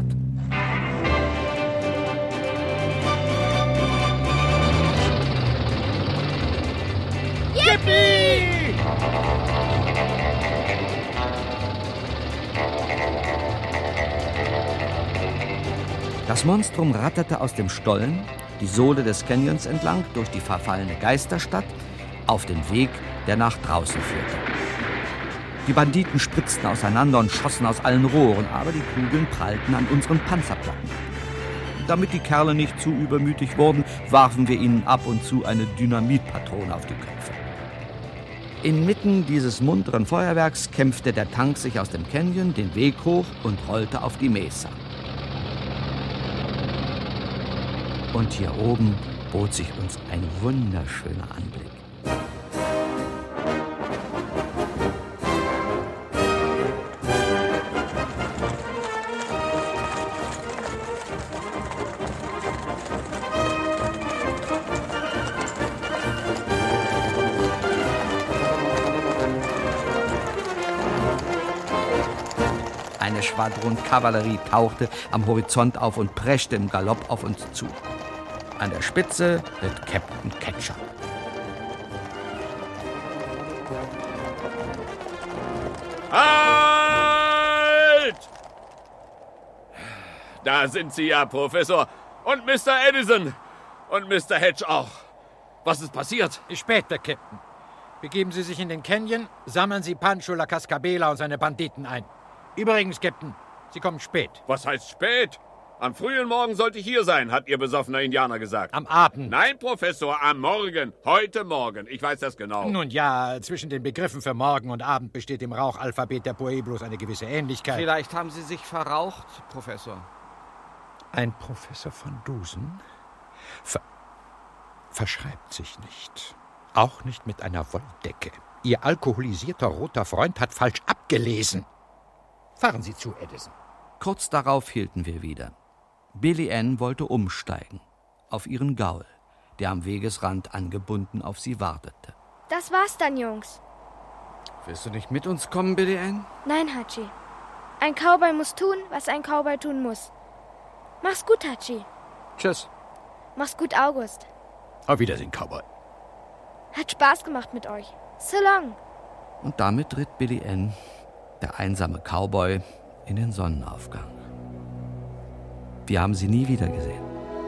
Yippie! Das Monstrum ratterte aus dem Stollen, die Sohle des Canyons entlang, durch die verfallene Geisterstadt, auf den Weg, der nach draußen führte. Die Banditen spritzten auseinander und schossen aus allen Rohren, aber die Kugeln prallten an unseren Panzerplatten. Damit die Kerle nicht zu übermütig wurden, warfen wir ihnen ab und zu eine Dynamitpatrone auf die Köpfe. Inmitten dieses munteren Feuerwerks kämpfte der Tank sich aus dem Canyon den Weg hoch und rollte auf die Mesa. Und hier oben bot sich uns ein wunderschöner Anblick. Eine Schwadron Kavallerie tauchte am Horizont auf und preschte im Galopp auf uns zu. An der Spitze ritt Captain Ketchup. Halt! Da sind Sie ja, Professor. Und Mr. Edison. Und Mr. Hedge auch. Was ist passiert? Später, Captain. Begeben Sie sich in den Canyon, sammeln Sie Pancho La Cascabela und seine Banditen ein. Übrigens, Captain, Sie kommen spät. Was heißt spät? Am frühen Morgen sollte ich hier sein, hat Ihr besoffener Indianer gesagt. Am Abend. Nein, Professor, am Morgen. Heute Morgen. Ich weiß das genau. Nun ja, zwischen den Begriffen für Morgen und Abend besteht im Rauchalphabet der Pueblos eine gewisse Ähnlichkeit. Vielleicht haben Sie sich verraucht, Professor. Ein Professor van Dusen verschreibt sich nicht. Auch nicht mit einer Wolldecke. Ihr alkoholisierter roter Freund hat falsch abgelesen. Fahren Sie zu, Edison. Kurz darauf hielten wir wieder. Billy Ann wollte umsteigen. Auf ihren Gaul, der am Wegesrand angebunden auf sie wartete. Das war's dann, Jungs. Willst du nicht mit uns kommen, Billy Ann? Nein, Hachi. Ein Cowboy muss tun, was ein Cowboy tun muss. Mach's gut, Hachi. Tschüss. Mach's gut, August. Auf Wiedersehen, Cowboy. Hat Spaß gemacht mit euch. So long. Und damit ritt Billy Ann, der einsame Cowboy, in den Sonnenaufgang. Wir haben sie nie wieder gesehen.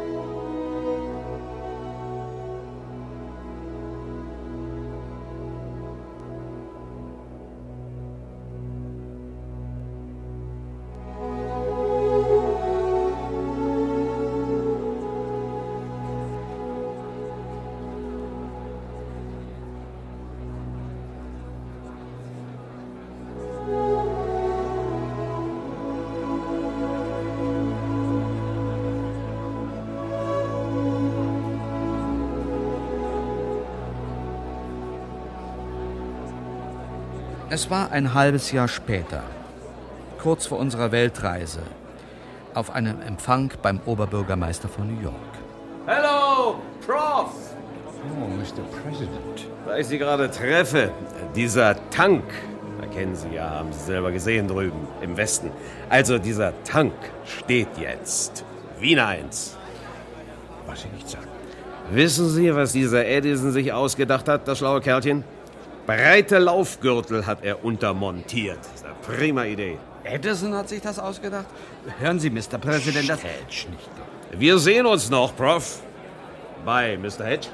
Es war ein halbes Jahr später, kurz vor unserer Weltreise, auf einem Empfang beim Oberbürgermeister von New York. Hello, Prof! Oh, Mr. President. Da ich Sie gerade treffe, dieser Tank, Da kennen Sie ja, haben Sie selber gesehen drüben im Westen. Also dieser Tank steht jetzt. Wiener 1. Was Sie nicht sagen. Wissen Sie, was dieser Edison sich ausgedacht hat, das schlaue Kerlchen? Breite Laufgürtel hat er untermontiert. Das ist eine prima Idee. Edison hat sich das ausgedacht? Hören Sie, Mr. Präsident, das... Hedge nicht. Wir sehen uns noch, Prof. Bei Mr. Hedge.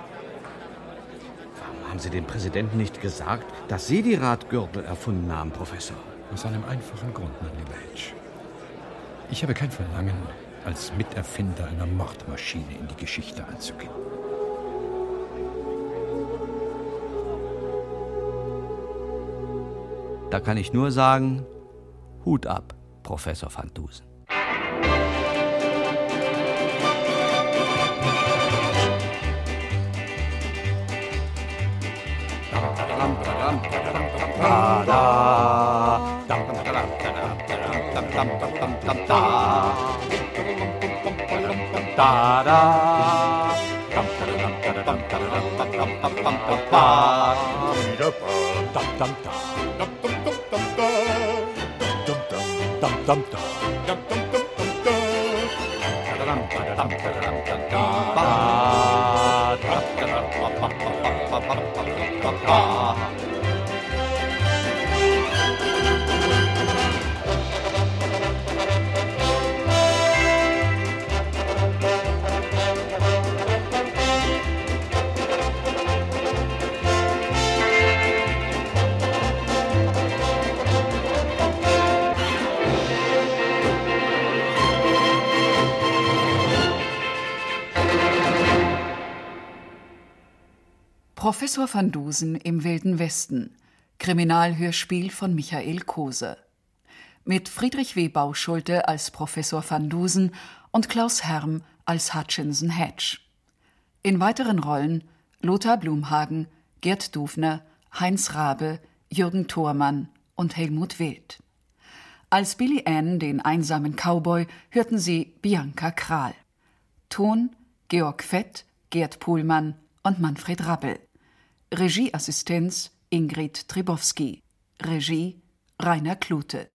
Warum haben Sie dem Präsidenten nicht gesagt, dass Sie die Radgürtel erfunden haben, Professor? Aus einem einfachen Grund, mein lieber Hedge. Ich habe kein Verlangen, als Miterfinder einer Mordmaschine in die Geschichte einzugehen. Da kann ich nur sagen, Hut ab, Professor van Dusen. Professor van Dusen im Wilden Westen. Kriminalhörspiel von Michael Koser. Mit Friedrich W. Bauschulte als Professor van Dusen und Klaus Herm als Hutchinson Hedge. In weiteren Rollen Lothar Blumhagen, Gerd Dufner, Heinz Rabe, Jürgen Thormann und Helmut Wild. Als Billy Ann, den einsamen Cowboy, hörten Sie Bianca Krahl. Ton Georg Fett, Gerd Pohlmann und Manfred Rabbel. Regieassistenz Ingrid Tribowski. Regie Rainer Klute.